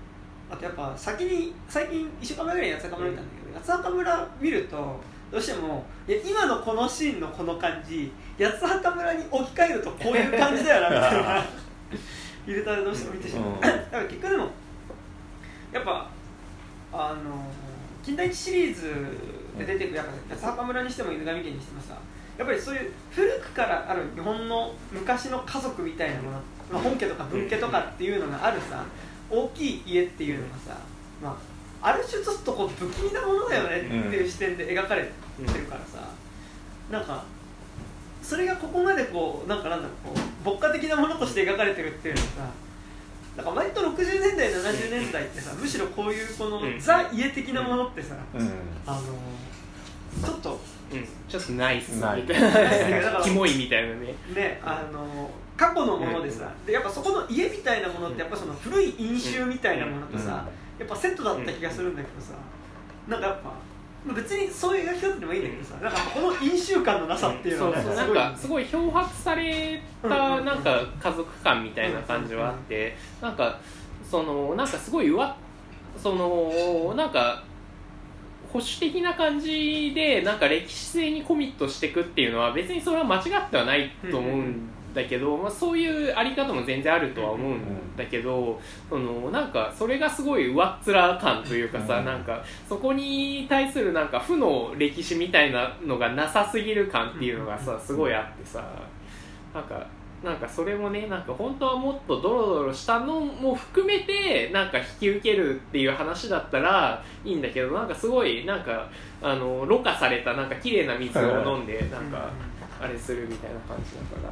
あとやっぱ先に最近いっしゅうかんまえぐらいに八つ墓村見たんだけど、八つ墓村見るとどうしてもいや今のこのシーンのこの感じ八つ墓村に置き換えるとこういう感じだよなみたいなフィルターでどうしても見てしまう、うん、だから結局でもやっぱあの金田一シリーズで出てくるやっぱ八つ墓村にしても犬神家にしてもさ、やっぱりそういう古くからある日本の昔の家族みたいなもの、まあ、本家とか分家とかっていうのがあるさ大きい家っていうのがさ、まあ、ある種ちょっとこう不気味なものだよねっていう視点で描かれてるからさ、なんかそれがここまでこうなんかなんだろうこう牧歌的なものとして描かれてるっていうのはさ、なんか割とろくじゅうねんだいななじゅうねんだいってさ、むしろこういうこのザ家的なものってさ、あのちょっとうん、ちょっとナイスみたいなキモいみたいなねね、あの過去のものでさ、でやっぱそこの家みたいなものってやっぱその古い因習みたいなものとさ、やっぱセットだった気がするんだけどさ、なんかやっぱ別にそういう描き方でもいいんだけどさ、なんかこの因習感のなさっていうのは、ね、 そうそう、なんかすごい漂発されたなんか家族感みたいな感じはあって、なんかそのなんかすごいうわそのなんか保守的な感じでなんか歴史性にコミットしていくっていうのは別にそれは間違ってはないと思うんだけど、まあ、そういうあり方も全然あるとは思うんだけど、そのなんかそれがすごい上っ面感というかさ、なんかそこに対するなんか負の歴史みたいなのがなさすぎる感っていうのがさすごいあってさ、なんかなんかそれもね、なんか本当はもっとドロドロしたのも含めてなんか引き受けるっていう話だったらいいんだけど、なんかすごいなんかあのろ過されたなんか綺麗な水を飲んでなんかあれするみたいな感じだから、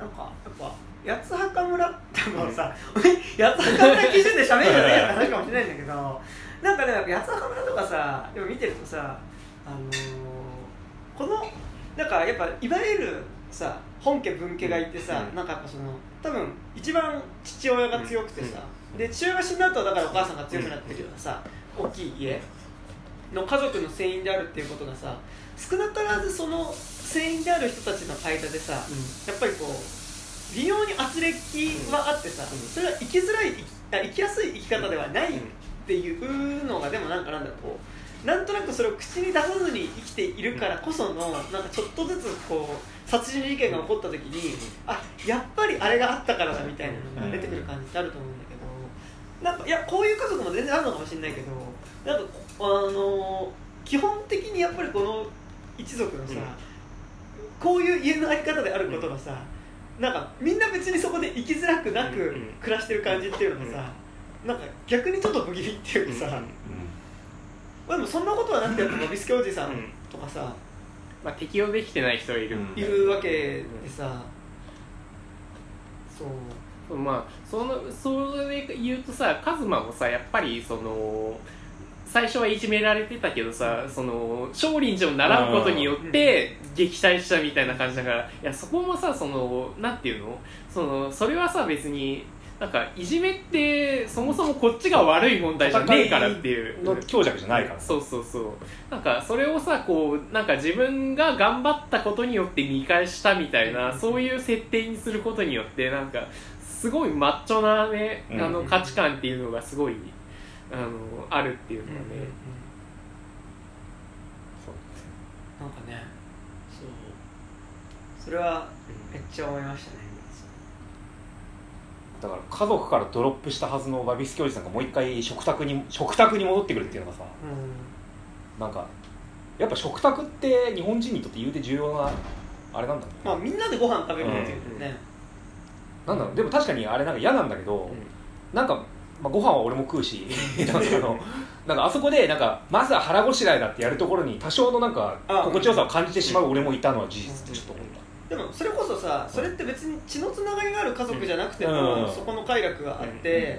なんかやっぱ八つ墓村ってもうさ、うん、八つ墓村基準で喋るじゃねえよって話かもしれないんだけど、なんかねやっぱ八つ墓村とかさでも見てるとさ、あのー、このなんかやっぱいわゆるさ本家分家がいてさ、うん、なんかやっぱその多分一番父親が強くてさ、うん、で父親が死んだ後はだからお母さんが強くなってるようなさ、大きい家の家族の船員であるっていうことがさ、少なからずその船員である人たちの間でさ、うん、やっぱりこう微妙に圧力はあってさ、うん、それは生きづらい生きやすい生き方ではないっていうのが、でもなんかなんだろうこうなんとなくそれを口に出さずに生きているからこそのなんかちょっとずつこう殺人事件が起こった時に、あやっぱりあれがあったからだみたいなのが出てくる感じってあると思うんだけど、なんかいやこういう家族も全然あるのかもしれないけど、なんかあの基本的にやっぱりこの一族のさ、うん、こういう家の在り方であることがさ、なんかみんな別にそこで生きづらくなく暮らしてる感じっていうのがさ、なんか逆にちょっと不気味っていうかさ、まあ、でもそんなことはなくてやっぱのびすけおじさんとかさ、 まあ、適応できてない人いる、 いるわけでさ、 そうまあそのそれ言うとさ、カズマもさやっぱりその最初はいじめられてたけどさ、その少林寺を習うことによって撃退したみたいな感じだから、いやそこもさそのなんていうの、そのそれはさ別になんかいじめってそもそもこっちが悪い問題じゃねえからっていうの強弱じゃないから、 そうそうそう、なんかそれをさこうなんか自分が頑張ったことによって見返したみたいな、そういう設定にすることによってなんかすごいマッチョなね、あの価値観っていうのがすごいあのあるっていうのがね、うんうんうん、 そうなんかね、そうそれはめっちゃ思いましたね。 だから家族からドロップしたはずのバビスケおじさんがもう一回食卓に食卓に戻ってくるっていうのがさ、うん、なんかやっぱ食卓って日本人にとって言うて重要なあれなんだろうね。 まあみんなでご飯食べるっていうね、 うん、なんだろう、でも確かにあれなんか嫌なんだけど、うん、なんか、まあ、ご飯は俺も食うしなんかあのなんかあそこでなんかまずは腹ごしらえだってやるところに多少のなんか心地よさを感じてしまう俺もいたのは事実ってちょっと思った。 でもそれこそさ、それって別に血のつながりがある家族じゃなくても、うん、そこの快楽があって、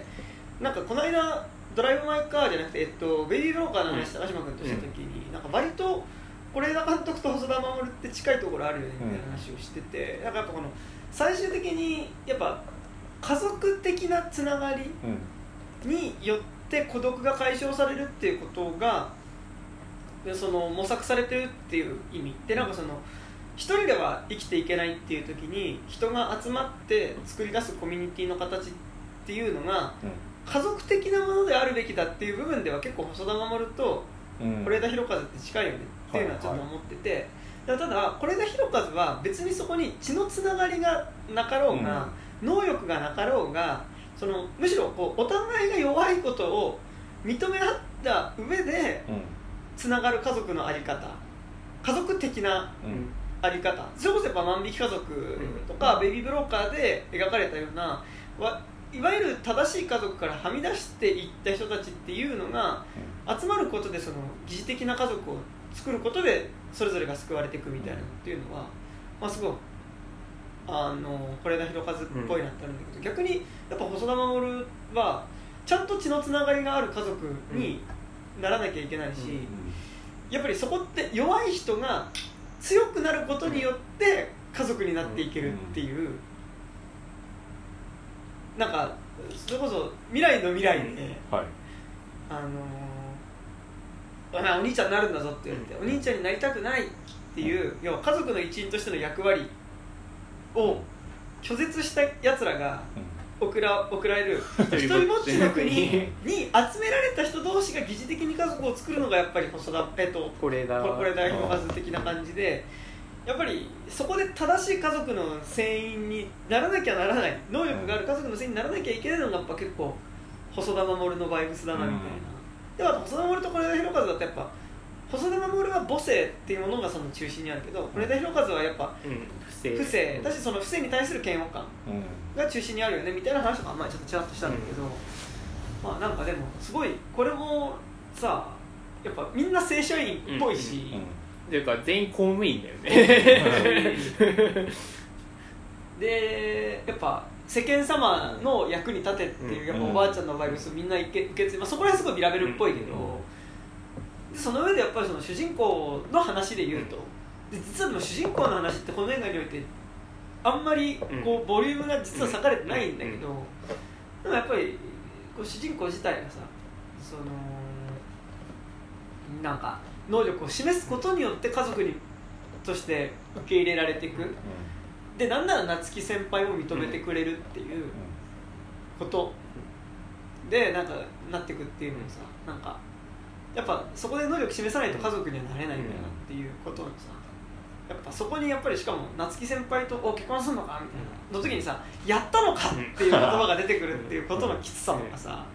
うん、なんかこの間ドライブ・マイ・カーじゃなくて、えっと、ベイビー・ブローカーの話、高島君とした時に、うん、なんか割と是枝監督と細田守って近いところあるよねみたいな話をしてて、うん、なんかやっぱこの最終的にやっぱ家族的なつながりによって孤独が解消されるっていうことがその模索されてるっていう意味で、なんかその一人では生きていけないっていう時に人が集まって作り出すコミュニティの形っていうのが、 家族的なものであるべきだっていう部分では結構細田守と是枝裕和って近いよねっていうのはちょっと思ってて、はいはい、ただ是枝裕和は別にそこに血のつながりがなかろうが、うん、能力がなかろうがそのむしろこうお互いが弱いことを認め合った上でつながる家族の在り方、家族的な在り方、それこそやっぱ万引き家族とかベイビーブローカーで描かれたようなわいわゆる正しい家族からはみ出していった人たちっていうのが集まることでその疑似的な家族を作ることでそれぞれが救われていくみたいなっていうのは、まあ、すごいあの是枝裕和っぽいなってあるんだけど、逆にやっぱ細田守はちゃんと血のつながりがある家族にならなきゃいけないし、やっぱりそこって弱い人が強くなることによって家族になっていけるっていう、なんかそれこそ未来の未来で、はい、あのー、お兄ちゃんになるんだぞって言われて、お兄ちゃんになりたくないっていう要は家族の一員としての役割を拒絶したやつらが送ら、送られる一人ぼっちの国に集められた人同士が疑似的に家族を作るのがやっぱり細田、えっと、是枝裕和的な感じで、やっぱりそこで正しい家族の船員にならなきゃならない、能力がある家族の船員にならなきゃいけないのがやっぱ結構細田守のバイブスだなみたいな、うん、でも細田守と是枝裕和だとやっぱ細田守は母性っていうものがその中心にあるけど、是枝裕和はやっぱ不正、不正だし、その不正に対する嫌悪感が中心にあるよねみたいな話とか、まあ、ちょっとちらっとしたんだけど、うん、まあなんかでもすごいこれもさやっぱみんな正社員っぽいし、うんうんっていうか全員公務員だよねでやっぱ世間様の役に立てっていうやっぱおばあちゃんのバイブスみんな受け受け継い、まあ、そこら辺すごいビラベルっぽいけど、でその上でやっぱりその主人公の話で言うと、で実はでも主人公の話ってこの映画においてあんまりこうボリュームが実は割かれてないんだけど、でもやっぱりこう主人公自体がさそのなんか能力を示すことによって家族にとして受け入れられていく、うん、でなんなら夏希先輩も認めてくれるっていうことでなんかなっていくっていうのもさ、なんかやっぱそこで能力示さないと家族にはなれないんだよなっていうことのさ、やっぱそこにやっぱりしかも夏希先輩とお結婚するのかみたいなの時にさやったのかっていう言葉が出てくるっていうことのきつさとかさ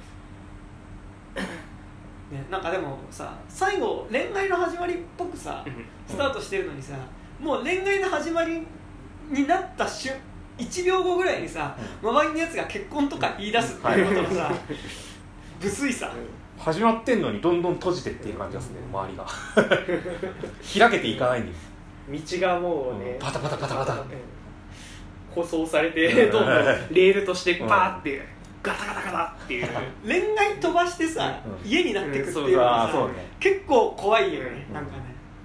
ね、なんかでもさ最後恋愛の始まりっぽくさスタートしてるのにさ、もう恋愛の始まりになった瞬いちびょうごぐらいにさ、周りのやつが結婚とか言い出すっていうことのさ、無粋さ始まってんのにどんどん閉じてっていう感じですね、周りが開けていかないんです、 道がもうね、 うん、パタパタパタパタ舗装されてどんどんレールとしてパーってガタガタガタっていう恋愛飛ばしてさ、うん、家になっていくっていうのがさ、うんね、結構怖いよね、うん、なんかね、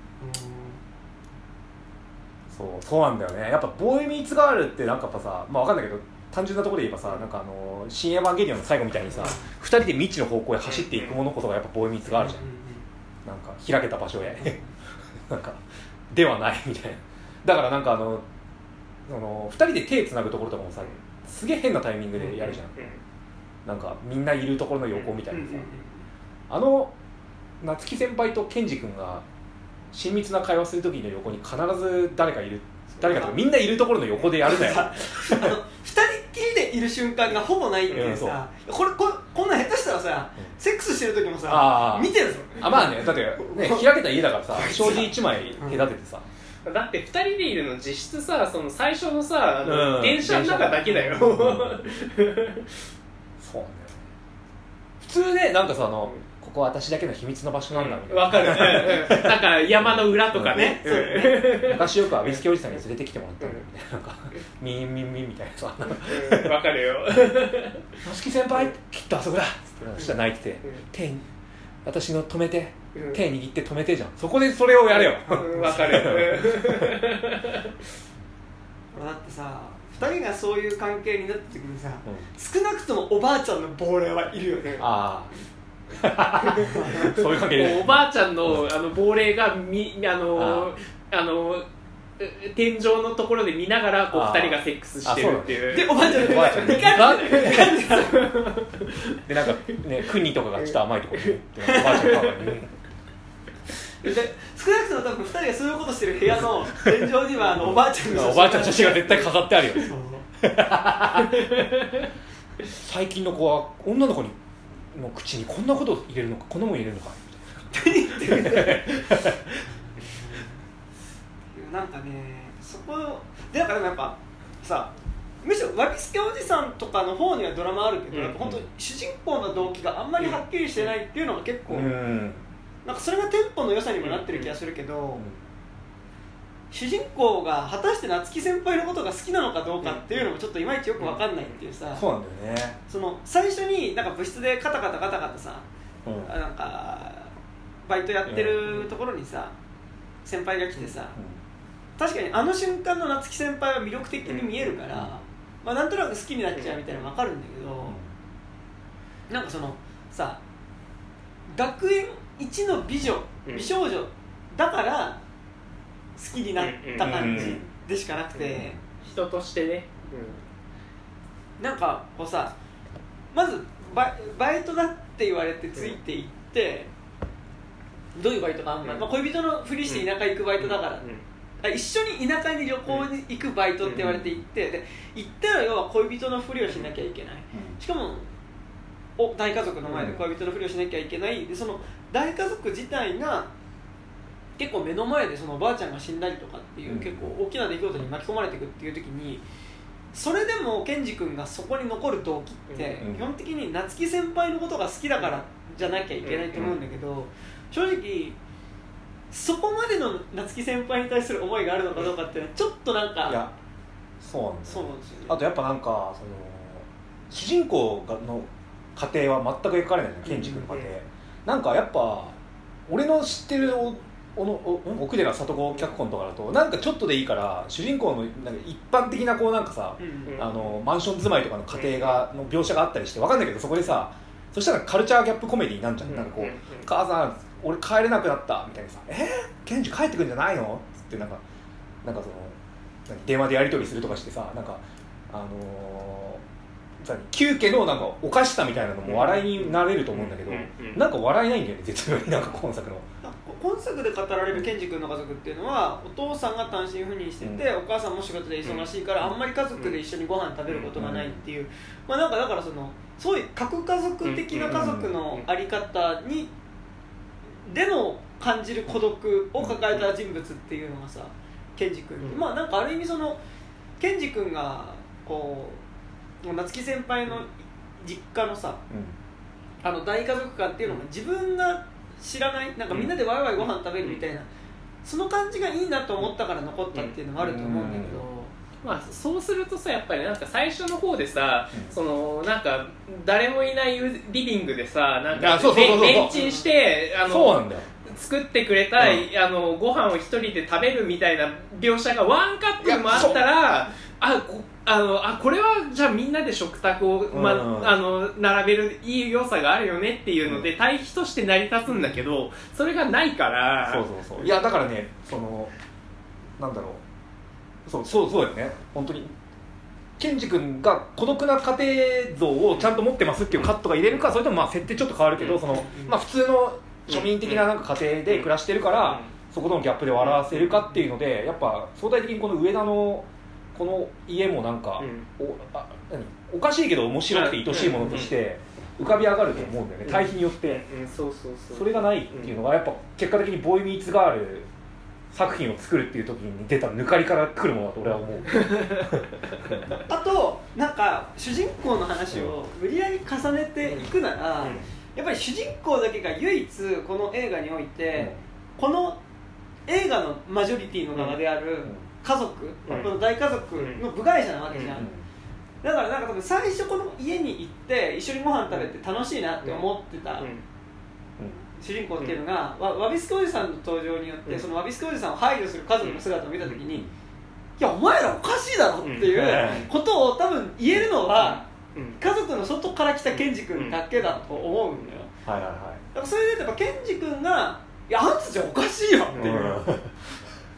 うん、そうそうなんだよね。やっぱボーイミーツガールってなんかやっぱさ、まあわかんないけど単純なところで言えばさ、なんかあの新エヴァンゲリオンの最後みたいにさ、うん、ふたりで未知の方向へ走っていくものこそがやっぱボーイミーツガールじゃん、うんうんうん、なんか開けた場所へなんかではないみたいな。だからなんかあのそのふたりで手つなぐところとかもさすげえ変なタイミングでやるじゃん、うんうん、なんかみんないるところの横みたいなさ、あの夏希先輩とケンジ君が親密な会話する時の横に必ず誰かいる、誰かとかみんないるところの横でやるんだよあのふたりっきりでいる瞬間がほぼないっていうさ、うん、これ こ, こんなん下手したらさ、うん、セックスしてる時もさ見てるぞあ、まあね、だって、ね、開けた家だからさ障子いちまい隔ててさ、 うん、だってふたりでいるの実質さ、その最初のさあの、うん、電車の中だけだよ、うん、そうなんだよね。 普通ね、なんかさあの、うんここは私だけの秘密の場所なんだみたいな、 わかるなんか山の裏とかね、うんうん、昔よくウイスキーおじさんに連れてきてもらったんだよみたいな、なんかミンミンミンみたいなさわ、 うん、かるよ夏希先輩きっとあそこだっつってそしたら泣いてて、うん、手に私の止めて、うん、手握って止めてじゃん、そこでそれをやれよわ、 うん、かるよだってさふたりがそういう関係になった時にさ、うん、少なくともおばあちゃんの亡霊はいるよね。 ああそういう関係でおばあちゃんの、あの亡霊がみあのああの天井のところで見ながらこうふたりがセックスしてるっていう。 でおばあちゃんおばあちゃんででなんかね国とかがちょっと甘いところでおばあちゃんがで少なくとも多分ふたりがそういうことしてる部屋の天井にはあのおばあちゃんのおばあちゃんの写真が絶対飾ってあるよ最近の子は女の子にの口にこんなことを入れるのかこんなもん入れるのかなんかねそこでなんかでもやっぱさむしろわびすけおじさんとかの方にはドラマあるけど、うん、やっぱ本当に主人公の動機があんまりはっきりしてないっていうのが結構、うん、なんかそれがテンポの良さにもなってる気がするけど、うん、主人公が果たして夏希先輩のことが好きなのかどうかっていうのもちょっといまいちよく分かんないっていうさ、 そうなんだよね。 その最初になんか部室でカタカタカタカタさ、うん、なんかバイトやってるところにさ、うん、先輩が来てさ、うん、確かにあの瞬間の夏希先輩は魅力的に見えるから、うん、まあ、なんとなく好きになっちゃうみたいなの分かるんだけど、うん、なんかそのさ学園一の美女、美少女だから好きになった感じでしかなくて、 人としてね、 うん、なんかこうさまず バ, バイトだって言われてついていって、うん、どういうバイトかあんまり、まあ、恋人のふりして田舎行くバイトだから、うん、一緒に田舎に旅行に行くバイトって言われて行って、で行ったら要は恋人のふりをしなきゃいけない、しかもお大家族の前で恋人のふりをしなきゃいけない。でその大家族自体が結構目の前でそのおばあちゃんが死んだりとかっていう、うん、結構大きな出来事に巻き込まれていくっていう時に、それでもケンジ君がそこに残る動機って基本的に夏希先輩のことが好きだからじゃなきゃいけないと思うんだけど、正直そこまでの夏希先輩に対する思いがあるのかどうかっていうのはちょっとなんか、 いやそうなんですよ、 そうなんですよね。 あとやっぱなんかその主人公の家庭は全く描かれないの、ケンジ君の家庭、うん、なんかやっぱ俺の知ってるおおのお奥寺里子脚本とかだとなんかちょっとでいいから主人公のなんか一般的なこうなんかさ、うんうん、あのマンション住まいとかの家庭がの描写があったりして分かんないけど、そこでさそしたらカルチャーギャップコメディになるじゃん、うん、なんかこう、うん、母さん俺帰れなくなったみたいなさ、えー、ケンジ帰ってくるんじゃないのつってなんかなんかその電話でやり取りするとかしてさ、なんかあのー、旧家のなんかおかしさみたいなのも笑いになれると思うんだけど、なんか笑えないんだよね絶妙に、なんか今作の本作で語られるケンジ君の家族っていうのはお父さんが単身赴任してて、うん、お母さんも仕事で忙しいから、うん、あんまり家族で一緒にご飯食べることがないっていう、うん、まあなんかだからそのそういう核家族的な家族のあり方にでの感じる孤独を抱えた人物っていうのがさケンジ君、うん、まあなんかある意味そのケンジ君がこう夏希先輩の実家のさ、うん、あの大家族感っていうのが自分が知らないなんかみんなでワイワイご飯食べるみたいな、うん、その感じがいいなと思ったから残ったっていうのもあると思うんだけど、 うん、まあ、そうするとさやっぱりなんか最初の方でさ、うん、そのなんか誰もいないリビングでさなんかレンチンしてあのそうなんだよ作ってくれた、うん、あのご飯を一人で食べるみたいな描写がワンカットもあったらあこあのあこれはじゃあみんなで食卓を、まうん、あの並べるいい良さがあるよねっていうので、うん、対比として成り立つんだけどそれがないからそうそうそういやだからねそのなんだろうそうそうそうだよね本当にケンジ君が孤独な家庭像をちゃんと持ってますっていうカットが入れるか、それともまあ設定ちょっと変わるけど、うん、そのまあ、普通の庶民的ななんか家庭で暮らしてるから、うん、そことのギャップで笑わせるかっていうのでやっぱ相対的にこの上田のこの家もなんか、うん、お, あ何おかしいけど面白くて愛しいものとして浮かび上がると思うんだよね、対比によって、 うんうん、そうそうそうそれがないっていうのがやっぱ結果的にボーイミーツガール作品を作るっていう時に出た抜かりから来るものだと俺は思うあとなんか主人公の話を無理やり重ねていくなら、うんうん、やっぱり主人公だけが唯一この映画において、うん、この映画のマジョリティの側である、うん家族、うん、この大家族の部外者なわけじゃん、うん、だからなんか多分最初この家に行って一緒にご飯食べて楽しいなって思ってた、うん、主人公っていうのが、うん、わびすけおじさんの登場によって、うん、そのわびすけおじさんを排除する家族の姿を見た時に、うん、いやお前らおかしいだろっていうことを多分言えるのは、うん、家族の外から来たケンジ君だけだと思うんだよ、 はいはいはい、 だからそれでやっぱケンジ君がいやあんたじゃおかしいよっていう、うん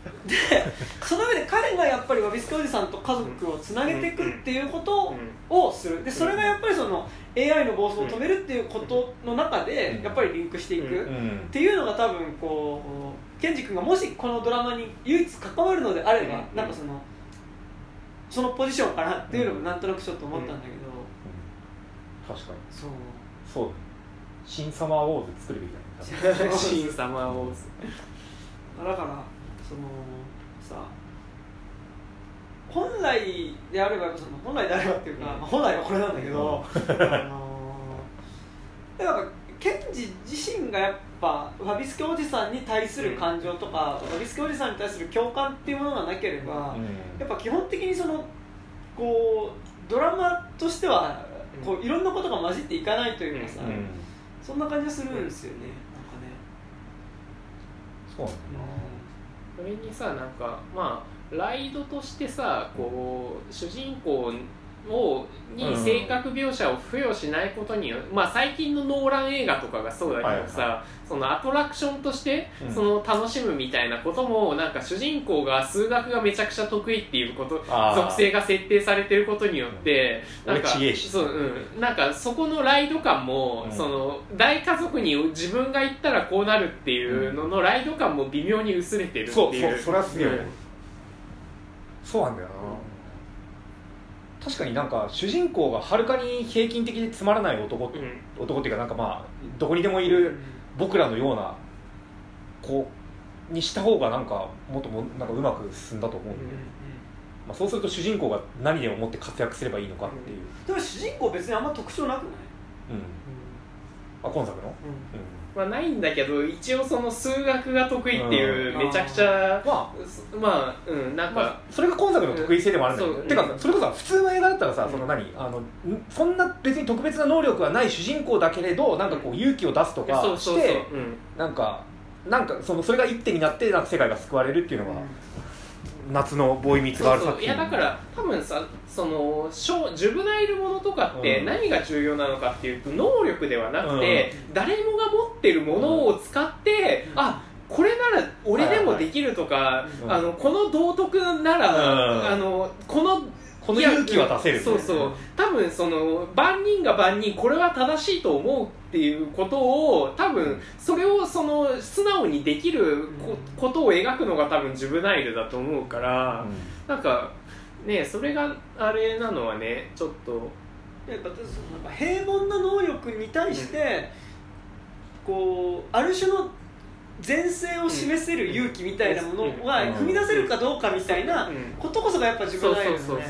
でその上で彼がやっぱりわびすけおじさんと家族をつなげていくっていうことをする。でそれがやっぱりその エーアイ の暴走を止めるっていうことの中でやっぱりリンクしていくっていうのが多分こうケンジ君がもしこのドラマに唯一関わるのであればなんかそのそのポジションかなっていうのもなんとなくちょっと思ったんだけど、 うん、確かにそうそう新サマーウォーズ作るべきだね新サマーウォーズだからそのさ本来であればその本来であればっていうか、うん、本来はこれなんだけど、うん、あのー、なんかケンジ自身がやっぱわびすけおじさんに対する感情とか、わびすけおじさんに対する共感っていうものがなければ、うん、やっぱ基本的にそのこうドラマとしてはこういろんなことが混じっていかないというかさ、うん、そんな感じがするんですよね、 なんかね。そうなんだな、 それにさ、なんかまあライドとしてさ、こう主人公をに性格描写を付与しないことによ、うん、まあ最近のノーラン映画とかがそうだけどさ、はいはい、そのアトラクションとしてその楽しむみたいなことも、なんか主人公が数学がめちゃくちゃ得意っていうこと属性が設定されてることによって、うん、なんかそう、うん、なんかそこのライド感も、うん、その大家族に自分が行ったらこうなるっていうののライド感も微妙に薄れてるっていう。 そうそう、それはすげえ、うん、そうなんだよな。確かになんか主人公がはるかに平均的でつまらない男、うん、男っていうかなんかまあどこにでもいる僕らのような子にした方がなんかもっともなんかうまく進んだと思うんで、うんうん、まあ、そうすると主人公が何でもって活躍すればいいのかっていう、 でも主人公別にあんま特徴なくない？ うん、あ、今作の、うんうん、 まあ、ないんだけど一応その数学が得意っていうめちゃくちゃ、うん、まあ、まあ、うん、なんか、まあ、 それが今作の得意性でもあるんだけど、うん、てかそれこそ普通の映画だったらさ、うん、その何あのそんな別に特別な能力はない主人公だけれどなんかこう勇気を出すとかしてなんかなんかそのそれが一手になってなんか世界が救われるっていうのが、うん、夏のボーイミツがある作品。 そうそう、いやだから多分さ、そのジュブナイルものとかって何が重要なのかっていうと、能力ではなくて、うん、誰もが持ってるものを使って、うん、あ、これなら俺でもできるとか、はいはい、あのこの道徳なら、うん、あのこのこの勇気は出せる、ね、 そうそう、多分その万人が万人これは正しいと思うっていうことを多分それをその素直にできる こ, ことを描くのが多分ジュブナイルだと思うから、うん、なんかね、それがあれなのはね、ちょっとやっぱなんか平凡な能力に対して、うん、こうある種の前世を示せる勇気みたいなものが踏み出せるかどうかみたいなことこそがやっぱ自分なりのね、やっぱこ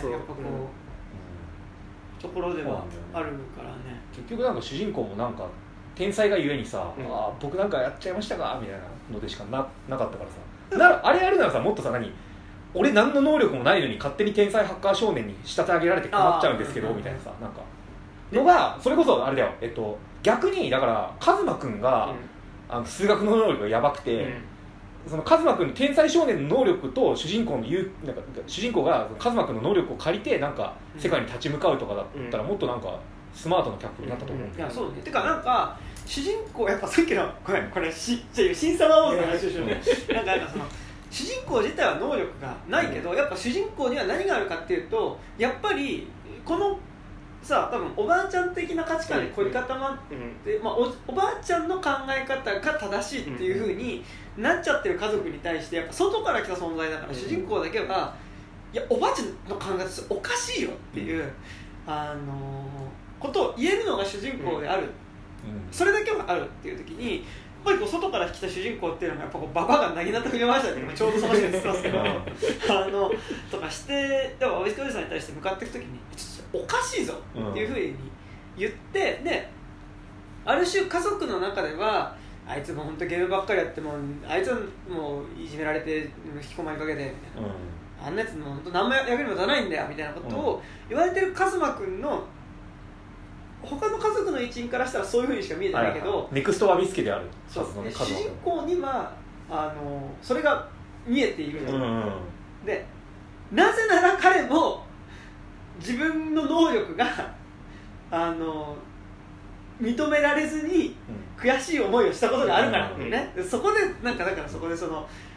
うところではあるからね。 結局なんか主人公もなんか天才がゆえにさ、うん、あ僕なんかやっちゃいましたかみたいなのでしか な, なかったからさ、なあれやるならさ、もっとさ、何俺何の能力もないのに勝手に天才ハッカー少年に仕立て上げられて困っちゃうんですけどみたいなさ、なんかのがそれこそあれだよ、えっと逆にだからカズマくんが、うん、あの数学の能力がやばくて、うん、そのカズマくんの天才少年の能力と主人公の言うなんか主人公がカズマくんの能力を借りてなんか世界に立ち向かうとかだったら、もっとなんかスマートな脚本になったと思うんだよ、 うん、いやそうね。てかなんか主人公やっぱさっきのこれこれし新サマーウォーズの話をしようね。なんかなんかその主人公自体は能力がないけど、やっぱ主人公には何があるかっていうと、やっぱりこのさ、多分おばあちゃん的な価値観に凝り固まって、うん、まあ、お, おばあちゃんの考え方が正しいっていう風になっちゃってる家族に対して、やっぱ外から来た存在だから、主人公だけは、いやおばあちゃんの考え方おかしいよっていう、あのー、ことを言えるのが主人公である、うん、それだけはあるっていう時に、やっぱりこう外から来た主人公っていうのがやっぱこうババアがなぎなたくりましたけど、ちょうどその人に言ってますけどあのとかして、でもおいしくおじさんに対して向かっていく時におかしいぞっていうふうに言って、うん、である種家族の中ではあいつも本当ゲームばっかりやってもあいつはもういじめられて引きこもりかけてみたいな、うん、あんなやつも本当何も役にも立たないんだよみたいなことを言われてるカズマくんの他の家族の一員からしたらそういうふうにしか見えてないけど、はいはい、 ネクストワビスケであるそうです、ね、主人公にはあのそれが見えているの、うんうん、でなぜなら彼も自分の能力があの認められずに悔しい思いをしたことがあるからね、うんうん、そこでなんかだからそこでその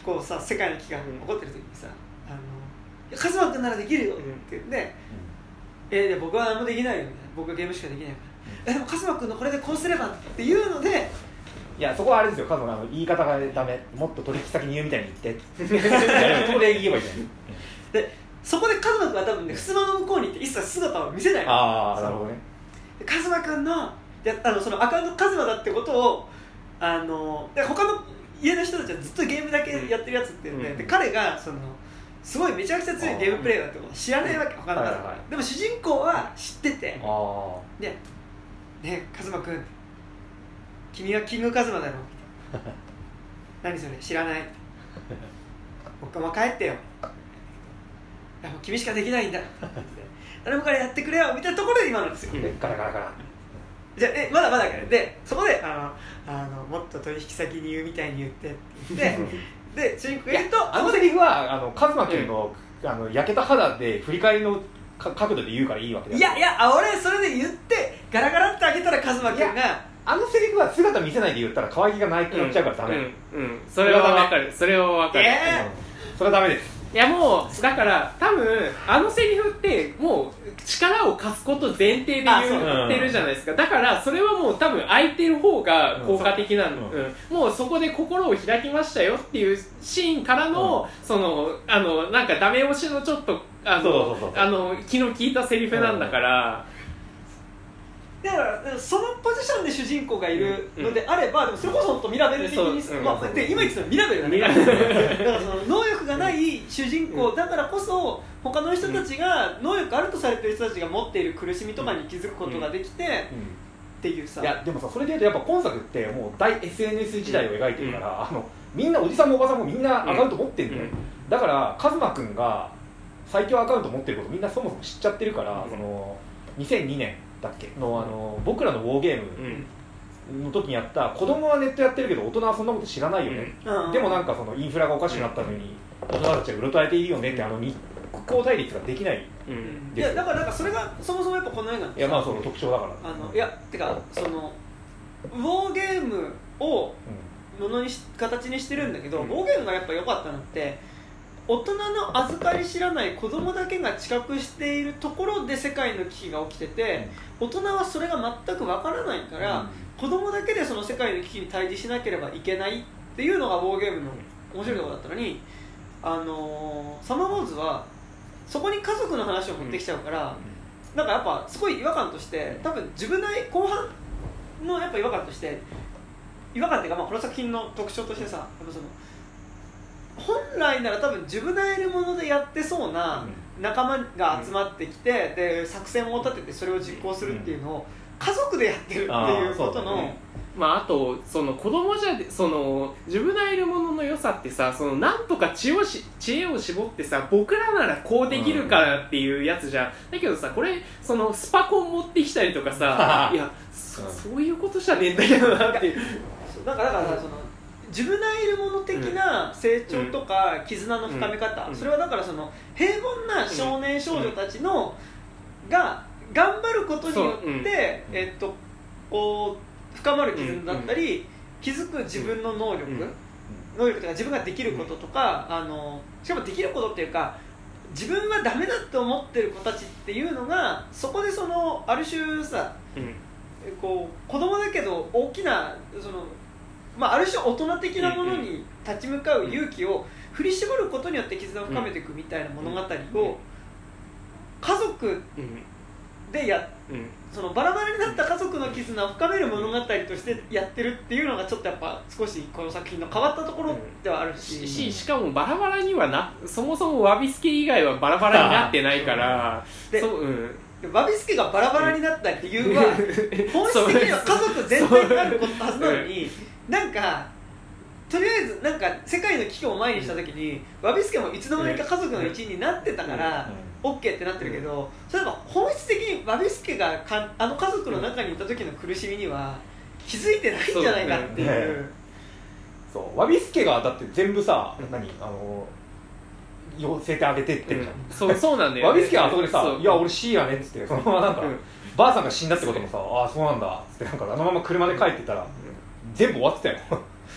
こうさ世界の危機が起こってる時にさ、あのカズマくんならできるよって言って、うん、えー、で僕は何もできないよみたいな、僕はゲームしかできないから、うん、えでもカズマくんのこれでこうすればっていうので、 いやそこはあれですよ、カズマの言い方がダメ、もっと取引先に言うみたいに言っていやそこで言えばいいじゃんでそこでカズマくんは多分ね襖の向こうに行って一切姿を見せない。 ああなるほどね。 カズマくんのやあのそのアカウントカズマだってことをあので他の家の人たちはずっとゲームだけやってるやつって言って、うん、で彼がそのすごいめちゃくちゃ強いゲームプレイヤーだってことを知らないわけ、他の方が、はいはい、でも主人公は知ってて、あでねカズマくん君はキングカズマだろみたいな何それ知らない僕は帰ってよ、いやもう君しかできないんだ誰もからやってくれよみたいなところで今なんですよ、 うん、ガラガラガラじゃえまだまだからでそこであのあのもっと取引先に言うみたいに言ってって言ってで主人公が言うとあのセリフはあのカズマ君の、うん、あの焼けた肌で振り返りの角度で言うからいいわけだよ。 いやいや俺それで言ってガラガラって開けたらカズマ君があのセリフは姿見せないで言ったら可愛げがないくなっちゃうからダメ。うん、 うんうん、それは分かる、それは分かる、えーうん、それはダメです。 いやもうだから多分あのセリフってもう力を貸すこと前提で言ってるじゃないですか。だからそれはもう多分空いてる方が効果的なの、うんうん、もうそこで心を開きましたよっていうシーンからの、うん、そのあのなんかダメ押しのちょっとあのあの気の利いたセリフなんだから、 だからそのポジションで主人公がいるのであれば、うん、でもそれこそ本当ミラベル的に、うんまあ、で今言ってたのミラベルだねだからその能力がない主人公だからこそ他の人たちが能力あるとされている人たちが持っている苦しみとかに気づくことができて、うんうん、っていうさ。 いやでもさそれでいうとやっぱ今作ってもう大 エスエヌエス 時代を描いてるから、うん、あのみんなおじさんもおばさんもみんなアカウント持ってるんだよ、うん、だからカズマくんが最強アカウント持ってることみんなそもそも知っちゃってるから、うん、そのにせんにねんだっけ の, あの僕らのウォーゲームの時にやった子供はネットやってるけど大人はそんなこと知らないよね、うん、でもなんかそのインフラがおかしくなったのに大人たちがうろたえているよねってあの日光対立ができない、 うん、いやだからなんかそれがそもそもやっぱこの映画のいやまあその特徴だからあのいやてかそのウォーゲームをものにし形にしてるんだけど、うん、ウォーゲームがやっぱ良かったのって大人の預かり知らない子供だけが知覚しているところで世界の危機が起きてて、うん、大人はそれが全くわからないから、うん、子供だけでその世界の危機に対峙しなければいけないっていうのがウォーゲームの面白いところだったのに、あのー、サマーウォーズはそこに家族の話を持ってきちゃうから、うん、なんかやっぱすごい違和感として多分自分なり後半のやっぱ違和感として違和感っていうか、まあ、この作品の特徴としてさやっぱその本来なら多分ジュブナイルものでやってそうな仲間が集まってきて、うん、で作戦を立ててそれを実行するっていうのを家族でやってるっていうことの、ね、 まああとその子供じゃそのジュブナイルものの良さってさそのなんとか知恵をし知恵を絞ってさ僕らならこうできるからっていうやつじゃん、うん、だけどさこれそのスパコン持ってきたりとかさいや そ, そういうことじゃねえんだけどなっていうだからだからそのジュブナイルもの的な成長とか絆の深め方、うんうん、それはだからその平凡な少年少女たちのが頑張ることによって、うん、えっと、こう深まる絆だったり、うん、気づく自分の能力、うん、能力というか自分ができることとか、うん、あのしかもできることっていうか自分はダメだって思ってる子たちっていうのがそこでそのある種さ、うん、こう子供だけど大きなそのまあ、ある種大人的なものに立ち向かう勇気を振り絞ることによって絆を深めていくみたいな物語を家族でやそのバラバラになった家族の絆を深める物語としてやってるっていうのがちょっとやっぱ少しこの作品の変わったところではあるし、 し, しかもバラバラにはなそもそもワビスケ以外はバラバラになってないからでそう、うんワビスケがバラバラになった理由は本質的には家族全体にあるはずなのになんかとりあえずなんか世界の危機を前にした時にワビスケもいつの間にか家族の一員になってたから OK ってなってるけどそれは本質的にワビスケがかあの家族の中にいた時の苦しみには気づいてないんじゃないかっていう、ね、 そうワビスケがだって全部さ何あの寄せてあげてってるじゃん、 うん、そうそうなんだよ、ね、 ワビスケはあそこでさいや俺 C やねっつってそのままなんか、うん、ばあさんが死んだってこともさああそうなんだっつってなんかあのまま車で帰ってたら、うん、全部終わってたよ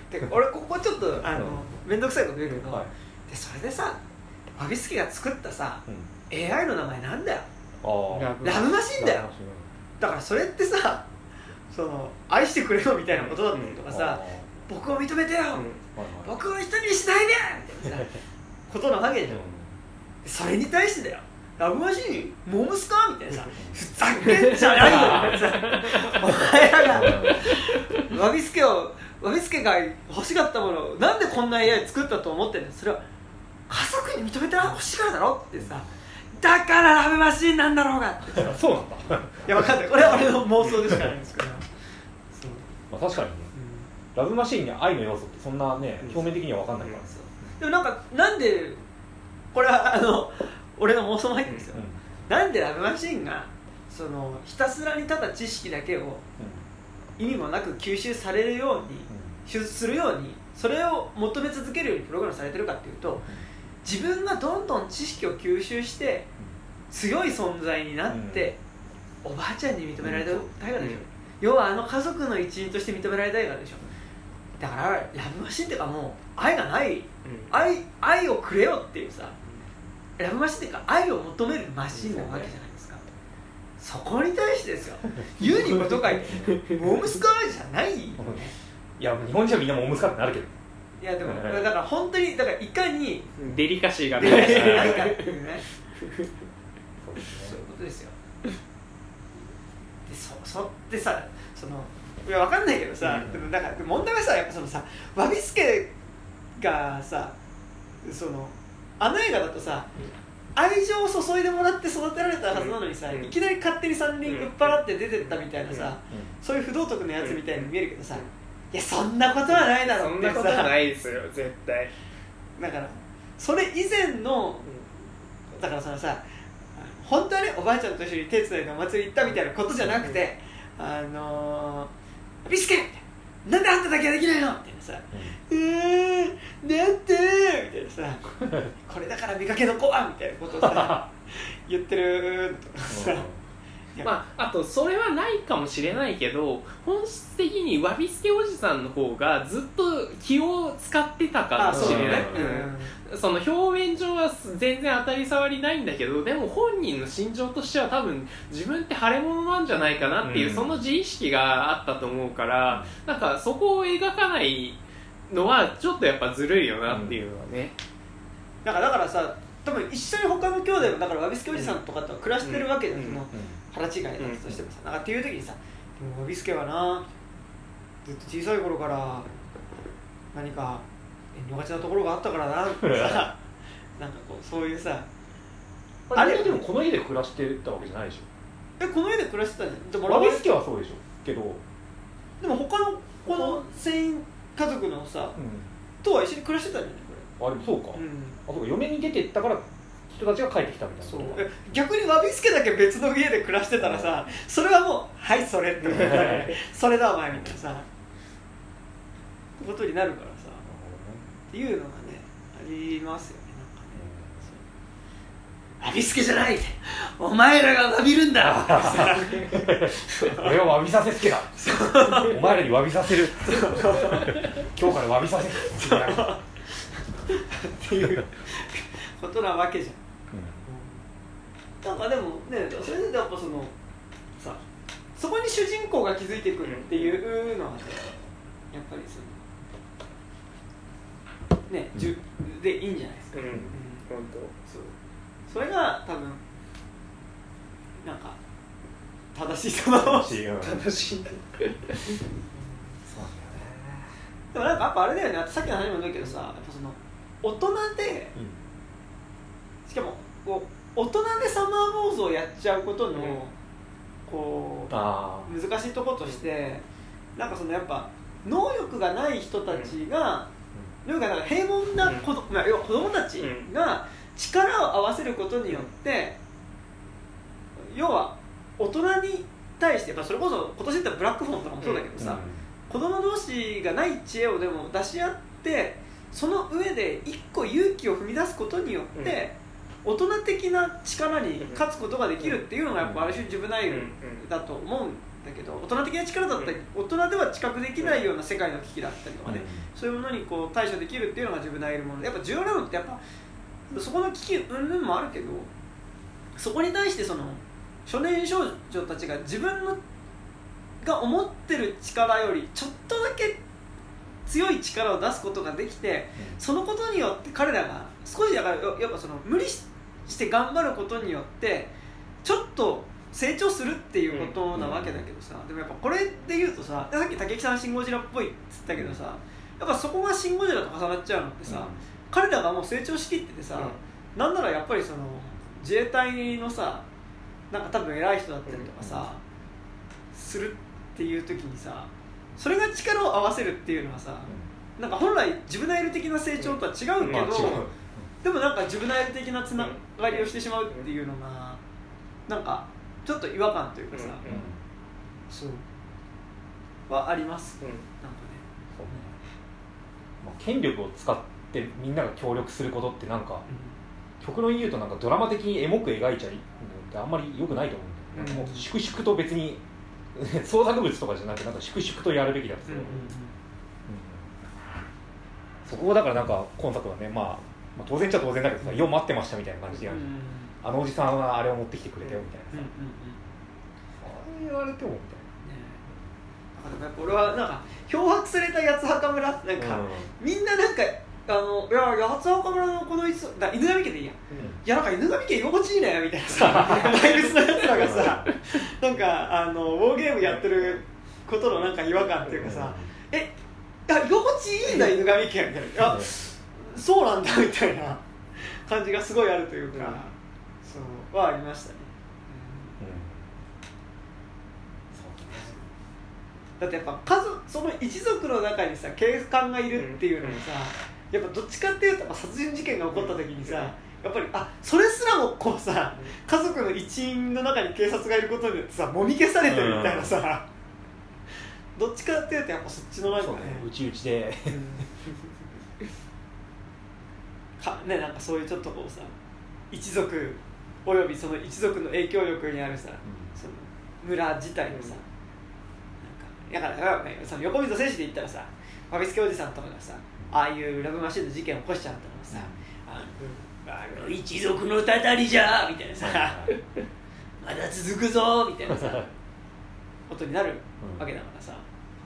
てか俺ここちょっとあの面倒くさいこと言うけど、 はい、 でそれでさわびすけが作ったさ、うん、エーアイ の名前なんだよ。 あラブマシンだよ。だからそれってさその愛してくれよみたいなことだったりとかさ、うん、僕を認めてよ、うん、僕を一人にしないでみたいなことなわけじゃん、うん、それに対してだよラブマシンモームスかみたいなさふざけんじゃないよお前らがわびすけをわびすけが欲しかったものをなんでこんな エーアイ 作ったと思ってんの。それは家族に認めて欲しいからだろってさ、だからラブマシンなんだろうがってさそうなんだいや分かんないこれは俺の妄想でしかないんですけどそう、まあ、確かにね、うん、ラブマシーンに愛の要素ってそんなね、うん、表面的には分かんないから、うん、 でもなんかなんでこれはあの俺の妄想も入ってるんですよ、うん、なんでラブマシーンがそのひたすらにただ知識だけを意味もなく吸収されるように、うん、するようにそれを求め続けるようにプログラムされてるかっていうと、うん、自分がどんどん知識を吸収して強い存在になって、うん、おばあちゃんに認められたいからでしょ、うん、要はあの家族の一員として認められたいからでしょ。だからラブマシンっていうかもう愛がない、うん、愛, 愛をくれよっていうさラブマシンっていうか愛を求めるマシンなわけじゃないですか、うんそこに対してですよユーニコとか言ってモームスカーじゃないよねいや日本人はみんなモームスカーってなるけどいやでもだから本当にだからいかにデリカシーがないかっていうねそういうことですよ。でそそでさそのいや分かんないけどさ、うん、でもだから問題はさやっぱそのさわびすけがさそのあの映画だとさ、うん愛情を注いでもらって育てられたはずなのにさ、うん、いきなり勝手にさんにん売っ払って出てったみたいなさ、うん、そういう不道徳のやつみたいに見えるけどさ、うん、いやそんなことはないだろうってさそんなことはないですよ絶対。 だからそれ以前のだからそのさ本当はねおばあちゃんと一緒に手伝いのお祭り行ったみたいなことじゃなくて、うん、あのー、ビスケみたいななんであんただけはできないのみたいなさ、うん、うーんだってみたいなさこれだから見かけの子はみたいなことをさ言ってるとかさまあ、あとそれはないかもしれないけど本質的にわびすけおじさんの方がずっと気を使ってたかもしれない、うん、その表面上は全然当たり障りないんだけどでも本人の心情としては多分自分って腫れ物なんじゃないかなっていう、うん、その自意識があったと思うからなんかそこを描かないのはちょっとやっぱずるいよなっていうのはね、 うん、だからだからさ多分一緒に他の兄弟もだからわびすけおじさんとかと暮らしてるわけじゃん、うん、その腹違いだったとしてもさ、うん、なんかっていう時にさでもわびすけはなずっと小さい頃から何か遠慮がちなところがあったからなってさなんかこうそういうさあれでもこの家で暮らしてたわけじゃないでしょ。 えこの家で暮らしてたんじゃん。 わびすけはそうでしょけどでも他のこの全員家族のさ、うん、とは一緒に暮らしてたんじゃないこれ。 あでもそうか、うん、あそうか嫁に出てったから人たちが帰ってきたみたいな。 そう逆にわびすけだけ別の家で暮らしてたらさそれはもうはいそれって思ってそれだお前みたいなさことになるからさ、っていうのがねありますよね。わびすけじゃないお前らがわびるんだ俺はわびさせつけだお前らにわびさせる今日からわびさせるっていうことなわけじゃん、うん、なんかでもねそれでやっぱそのさそこに主人公が気づいてくるっていうのはねやっぱりそのね、うん、じゅでいいんじゃないですか、うんうん、本当そうそれが多分なんか正しいと思う。 正しい正しいそうなんだよね。 でもなんかやっぱあれだよねさっきの話もだけどさやっぱその大人で、うん、しかもこう大人でサマーウォーズをやっちゃうことの、うん、こう難しいところとして、うん、なんかそのやっぱ能力がない人たちが、うん、能力がなんか平凡な子供、うんまあ、要は子供たちが、うん力を合わせることによって要は大人に対してやっぱそれこそ今年だったらブラックフォンとかもそうだけどさ、うん、子供同士がない知恵をでも出し合ってその上で一個勇気を踏み出すことによって、うん、大人的な力に勝つことができるっていうのがやっぱある種ジュブナイルだと思うんだけど、大人的な力だったり、大人では知覚できないような世界の危機だったりとかね、うん、そういうものにこう対処できるっていうのがジュブナイルもので、やっぱ重要なのってやっぱそこの危機云々もあるけど、そこに対してその少年少女たちが自分のが思ってる力よりちょっとだけ強い力を出すことができて、うん、そのことによって彼らが少しだからやっぱその無理して頑張ることによってちょっと成長するっていうことなわけだけどさ、うん、でもやっぱこれで言うとさ、さっき武木さんシン・ゴジラっぽいっつったけどさ、やっぱそこがシン・ゴジラと重なっちゃうのってさ、うん、彼らがもう成長しきっててさ、うん、なんならやっぱりその自衛隊のさ、なんか多分偉い人だったりとかさ、うん、するっていう時にさ、それが力を合わせるっていうのはさ、うん、なんか本来ジュブナイル的な成長とは違うけど、うんまあ、でもなんかジュブナイル的なつながりをしてしまうっていうのがなんかちょっと違和感というかさ、うんうん、そうはあります、うん、なんかね、 そうね、まあ、権力を使ってみんなが協力することってなんか、うん、極論言うとなんかドラマ的にエモく描いちゃうのってあんまり良くないと思うんだよ、うん、もう粛々と別に創作物とかじゃなくてなんか粛々とやるべきだって、うんうんうん、そこをだからなんか今作はね、まあ、まあ当然っちゃ当然だけどさ、よう待ってましたみたいな感じでやる、うんうん、あのおじさんはあれを持ってきてくれたよみたいなさ、うんうんうん、あれ言われてもみたいな、 ね、だからやっぱ俺はなんか漂白された八つ墓村なんか、うん、みんななんかあのいや八つ墓村のこの犬だ犬神家でいいや、うん、いやなんか犬神家居心地いいねみたいなさ大別なやつらがさなんかあのウォーゲームやってることのなんか違和感っていうかさ、うん、えいや居心地いいんだ犬神家みたいな、いやそうなんだみたいな感じがすごいあるというか、うん、そうはありましたね、うんうん、だってやっぱ家族その一族の中にさ警官がいるっていうのにさ、うん、やっぱどっちかっていうと殺人事件が起こった時にさ、やっぱりあそれすらもこうさ家族の一員の中に警察がいることによってさもみ消されてるみたいなさ、うん、どっちかっていうとやっぱそっちのなんかねうちうちでかね、なんかそういうちょっとこうさ一族およびその一族の影響力にあるさ、うん、その村自体のさ、うん、なんかだからその横溝選手で言ったらさファビスケおじさんとかがさああいうラブマシンの事件を起こしちゃったのはさ、うん、あの, あの一族のたたりじゃみたいなさまだ続くぞみたいなさことになるわけだからさ、うん、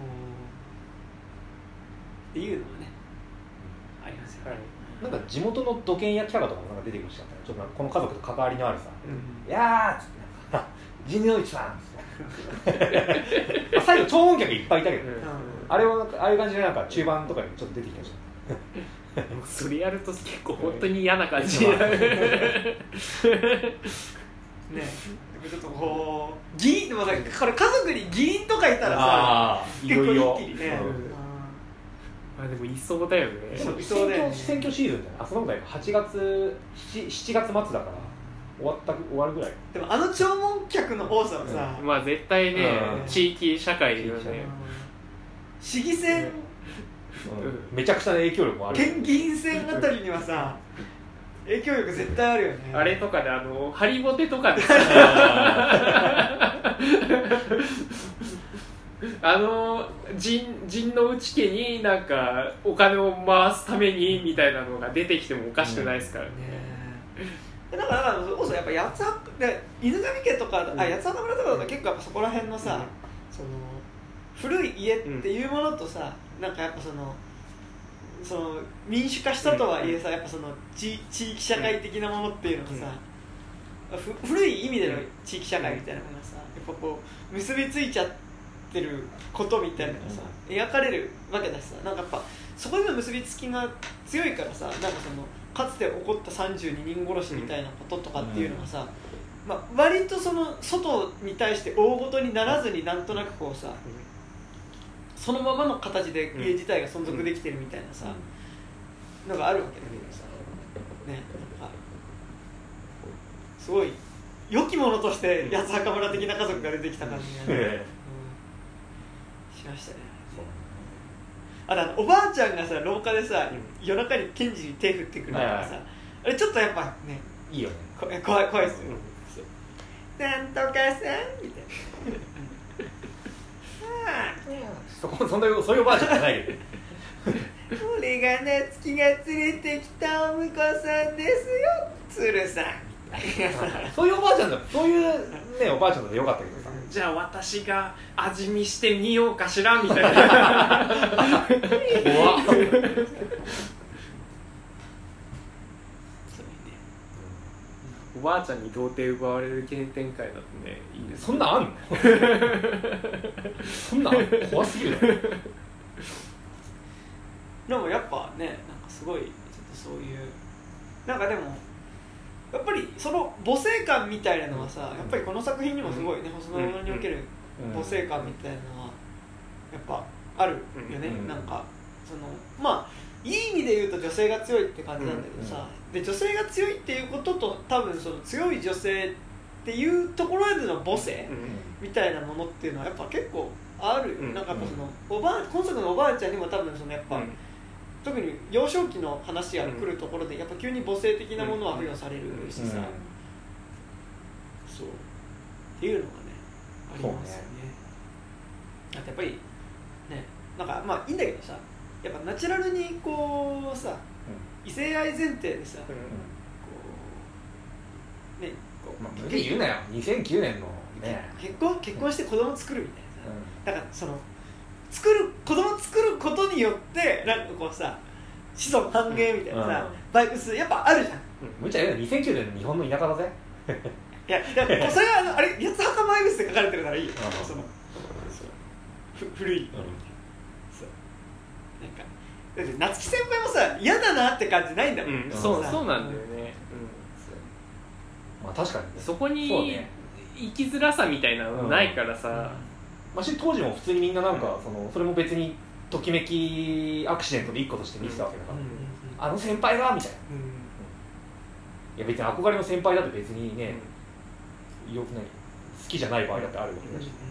っていうのはねありますよね、はい、 なんか地元の土建屋来たかとかもなんか出てくるしちゃったね、ちょっとこの家族と関わりのあるさ、うん、いやーっつって神野内さんっつって最後超音客いっぱいいたけど、うん、あれはああいう感じでなんか中盤とかにちょっと出てきましたそれやると結構本当に嫌な感じになるねちょっとこう議員でもさこれ家族に議員とかいたらさ結構一気にね、 あでもいそうだよね。 いそうだよね。選挙シーズンだよね。あそのぐらいはちがつしちがつ末だから終わった終わるぐらい。 でもあの弔問客の多さはさ、 うん、まあ絶対ね、うん、地域社会でね、 市議選、うん、 めちゃくちゃな影響力もある。 県議員選あたりにはさ影響力絶対あるよね。 あれとかであのハリボテとかであの陣の内家になんかお金を回すためにみたいなのが出てきてもおかしくないですからね。 うん、だからだからそうそうやっぱ八つはで犬神家とか、うん、あ八つ墓村とかだと結構やっぱそこら辺のさ、うん、その古い家っていうものとさ、うん、なんかやっぱそのその民主化したとはいえさ、やっぱその 地, 地域社会的なものっていうのがさ、うん、古い意味での地域社会みたいなのがさやっぱこう結びついちゃってることみたいなのがさ、うん、描かれるわけだしさ、なんかやっぱそこでの結びつきが強いからさ、なんかそのかつて起こったさんじゅうににん殺しみたいなこととかっていうのがさ、うんまあ、割とその外に対して大ごとにならずになんとなくこうさ、そのままの形で家自体が存続できてるみたいなさ、うん、のがあるわけだけどさ、ね、なんかすごい良きものとして八つ墓村的な家族が出てきた感じが、ねうん、しましたね。あとおばあちゃんがさ廊下でさ、うん、夜中に検事に手振ってくるからさ、はいはい、あれちょっとやっぱねいいよね、 こ怖い怖いですよ、うん、なんとかさんみたいなそこそんなそういうおばあちゃんじゃないよ俺が夏希が連れてきたお婿さんですよ鶴さんそういうおばあちゃんだそういうねおばあちゃんだとよかったけどさじゃあ私が味見してみようかしらみたいな怖っおばあちゃんに童貞奪われる原点会だとねいいですねそんなんあんのそんなん怖すぎるよでもやっぱねなんかすごいちょっとそういうなんかでもやっぱりその母性感みたいなのはさ、うん、やっぱりこの作品にもすごいね、うん、細田守における母性感みたいなのはやっぱあるよね、うん、なんかそのまあいい意味で言うと女性が強いって感じなんだけどさ、うん、で女性が強いっていうことと多分その強い女性っていうところでの母性みたいなものっていうのはやっぱ結構あるよ、うん、なんかやっぱそのおばあ今作のおばあちゃんにも多分そのやっぱ、うん、特に幼少期の話が来るところでやっぱ急に母性的なものは付与されるしさ、うんうん、そうっていうのがねありますよね。だってやっぱりねなんかまあいいんだけどさやっぱナチュラルにこうさ、うん、異性愛前提でさ、うん、こうねこう、 まあ、無理言うなよにせんきゅうねんの、ね、 結婚結婚して子供作るみたいなさ、うん、だからその作る子供作ることによってなんかこうさ子孫繁栄みたいなさ、うん、バイブスやっぱあるじゃん、うん、 むちゃ言うなにせんきゅうねんの日本の田舎だぜいやいやそれはあのあれ八つ墓バイブスで書かれてるからいいよ、うん、そのそうふ古い、うんだって夏希先輩もさ嫌だなって感じないんだもん、 うん、そうそうなんだよね、 うん、まあ確かに、ね、 そこに、ね、生きづらさみたいなのないからさ、うんうん、 まあ、当時も普通にみんななんか、うん、そのそれも別にときめきアクシデントで一個として見てたわけだから、うんうんうん、あの先輩がみたいな、うんうん、いや別に憧れの先輩だって別にね、うん、よくない好きじゃない場合だってあるわけだし、うんうんうん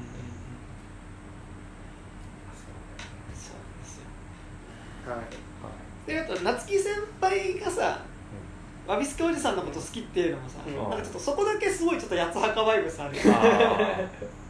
はいはい、であと夏希先輩がさ、うん、わびすけおじさんのこと好きっていうのもさ、うん、なんかちょっとそこだけすごいちょっと八つ墓バイブスあるよねなるほどね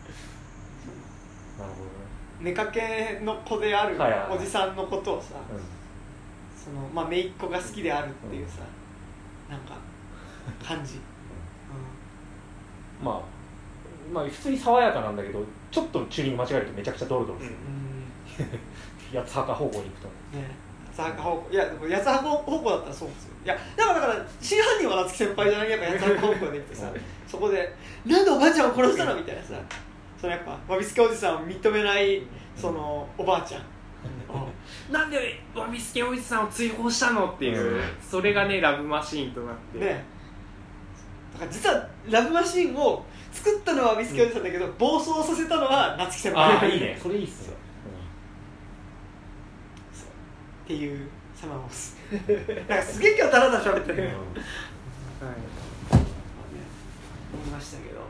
妾の子であるおじさんのことをさ、はいはいはい、そのまあ姪っ子が好きであるっていうさ、うん、なんか感じ、 うん、まあまあ普通に爽やかなんだけどちょっとチューニング間違えるとめちゃくちゃドロドロする、うん八つ墓方向に行くとね八つ墓方向いやでも八つ墓方向だったらそうですよいやだからだから真犯人は夏希先輩じゃなければ八つ墓方向で行ってさそこでなんでおばあちゃんを殺したのみたいなさそのやっぱわびすけおじさんを認めないそのおばあちゃんなんでわびすけおじさんを追放したのっていう、うん、それがねラブマシーンとなってねだから実はラブマシーンを作ったのはわびすけおじさんだけど、うん、暴走させたのは夏希先輩ああいいねそれいいっすよっていうサマーモスなんかすげえ今日ダラダラ喋ってる、うん、はい、思いましたけど、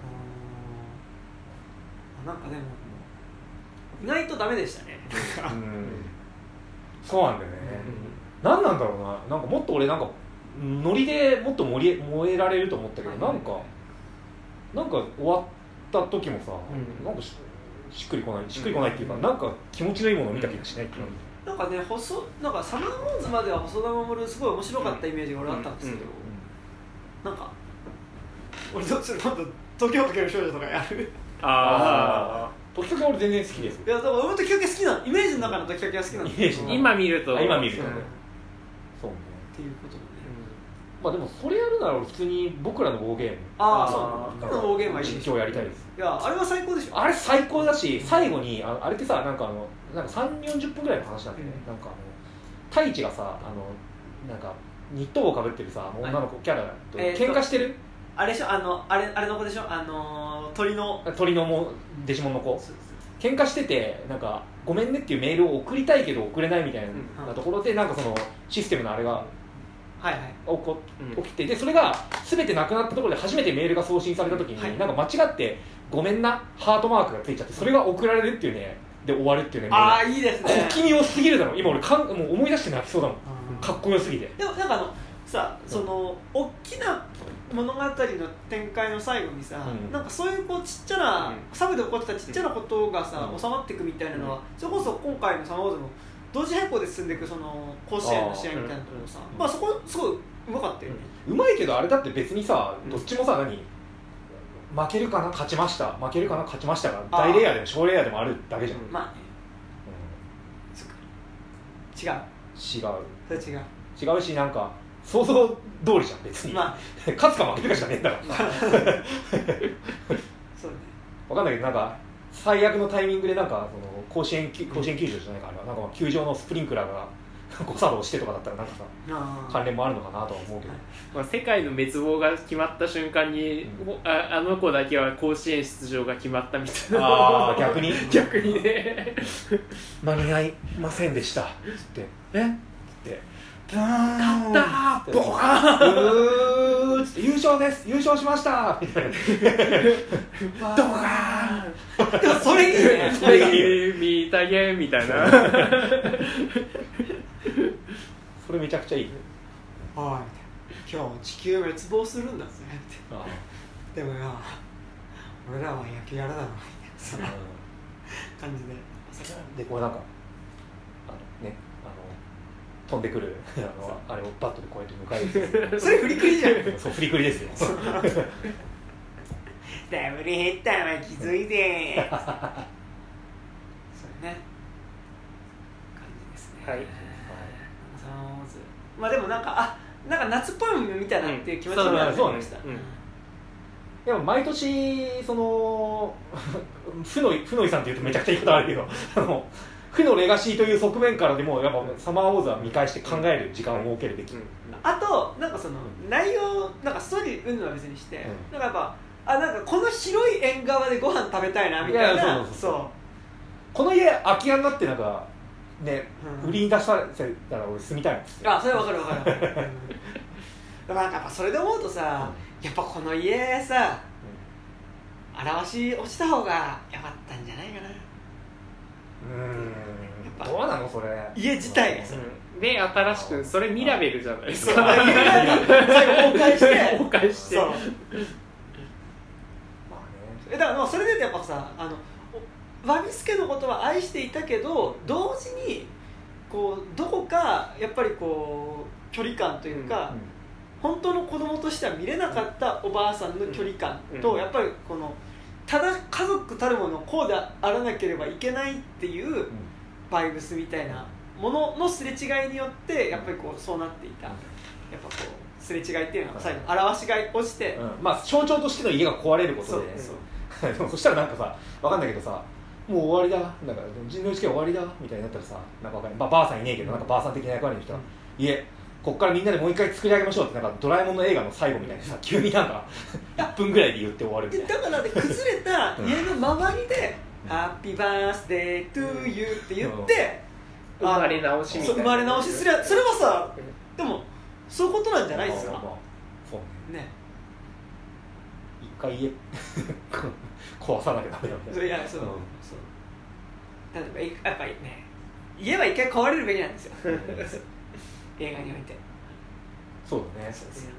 なんかでも意外とダメでしたねうんそうなんだよね、うん、何なんだろうななんかもっと俺なんかノリでもっと盛り燃えられると思ったけど、はい、なんかなんか終わった時もさ、うん、なんか し, しっくりこないしっくりこないっていうか、うん、なんか気持ちのいいものを見た気がしないっていうか、うんなんかね、細なんかサマーウォーズまでは細田守すごい面白かったイメージが俺あったんですけど、うんうんうん、なんか俺どっち今度時をかける少女とかやるああ時かけ俺全然好きです。 いやだから俺も時かけ好きなイメージの中の時かけが好きなんですよ今見ると今見るとね、うん、 そうねっていうこともね、 うん、まあでもそれやるなら普通に僕らのウォーゲームああそう僕らのウォーゲームはいい実況やりたいです。 いやあれは最高でしょ。 あれ最高だし最後に あ, あれってさなんかあのなんかさんじゅう、よんじゅっぷんぐらいの話なんでね、うん、なんかあの太一がさあのなんかニット帽をかぶってるさ女の子キャラと喧嘩してる、 えー、あれでしょあのあれあれの子でしょあの鳥の鳥のもデジモンの子喧嘩しててなんかごめんねっていうメールを送りたいけど送れないみたいなところで、うん、なんかそのシステムのあれがはいはい、 起こ起きてでそれが全てなくなったところで初めてメールが送信された時に、はい、なんか間違ってごめんなハートマークがついちゃってそれが送られるっていうねで終わるっていうねああいいですね小気味良すぎるだろ今俺かんもう思い出して泣きそうだもん、うん、かっこよすぎてでもなんかあのさその大きな物語の展開の最後にさ、うん、なんかそういうこうちっちゃな、うん、サブで起こってたちっちゃなことがさ、うん、収まっていくみたいなのは、うん、それこそ今回のサマーウォーズも同時並行で進んでいくその甲子園の試合みたいなところさ、あ、まあ、そこすごいうまかったよね。 うまいけどあれだって別にさ、どっちもさ、何負けるかな勝ちました負けるかな勝ちましたが大レイヤーでも小レイヤーでもあるだけじゃん。 まあね、うん、そっか違う違うそれ違う違うし、なんか想像通りじゃん別に、まあ、勝つか負けるかじゃねえんだから、まあ、そうね、分かんないけどなんか最悪のタイミングでなんかその甲子園、甲子園球場じゃないかあれはなんか球場のスプリンクラーが誤作動してとかだったらなんかさ関連もあるのかなとは思うけど、 まあ、世界の滅亡が決まった瞬間に、うん、あ, あの子だけは甲子園出場が決まったみたいな。 ああ逆に逆にね間に合いませんでしたってえって勝ったーボカーンって優勝です優勝しましたみたいなドカーンでもそれいいねそれいい見たげみたいなそれめちゃくちゃいいね。 はい、今日地球滅亡するんだぜってああでもよ俺らは野球やるだろうみたいな感じででこうなんかあのねあの飛んでくるあのあれをバットでこうやって迎えるそれ振りくりじゃんそう振りくりですよダブルヘッダーはきついぜそれね感じですね。はい、はい、まあでもなんかあなんか夏っぽいみたいなっていう気持ちになってました。 でも毎年その負の負の遺産って言うとめちゃくちゃ言い方あるけどあの負のレガシーという側面からでもやっぱサマーウォーズは見返して考える時間を設けるべき、うんうん、 あとなんかその内容なんかストーリー云々は別にして、うん、なんかやっぱあなんかこの広い縁側でご飯食べたいなみたいな。いやそうそうそうそうこの家空き家になってなんかね、うん、売りに出させたら俺住みたいんですよ。 あそれ分かる分かる分かるでもなんかやっぱそれで思うとさ、うん、やっぱこの家さ表し落ちた方が良かったんじゃないかな。 うーんどうなのそれ家自体がさ、 うん、で新しくそれミラベルじゃないですか。 最後崩壊して崩壊してそうだからまあそれでやっぱさあのワビスケのことは愛していたけど同時にこうどこかやっぱりこう距離感というか、うんうん、本当の子供としては見れなかったおばあさんの距離感と、うん、やっぱりこのただ家族たるものこうであらなければいけないっていうバイブスみたいなもののすれ違いによってやっぱりこうそうなっていたやっぱこうすれ違いっていうのが最後表しが落ちて、 うん、まあ象徴としての家が壊れることで、ね、そうそうでもそしたらなんかさ分かんないけどさもう終わりだなんか人狼試験終わりだみたいになったらさなんか分かんない、まあ、ばあさんいねえけどなんかばあさん的な役割の人は、うん、いえこっからみんなでもう一回作り上げましょうってなんかドラえもんの映画の最後みたいなさ急になんかいっぷんぐらいで言って終わるみたいなだからね崩れた家の周りで「ハッピーバースデートゥーユー」って言って、 うん、生まれ直しみたいな生まれ直しすればそれはさでもそういうことなんじゃないですか、まあまあ、 そうね一回家壊さなきゃダメだみたいな。 いやそう、うん、そう例えばやっぱりね家は一回壊れるべきなんですよ映画においてそうだねそうですよ、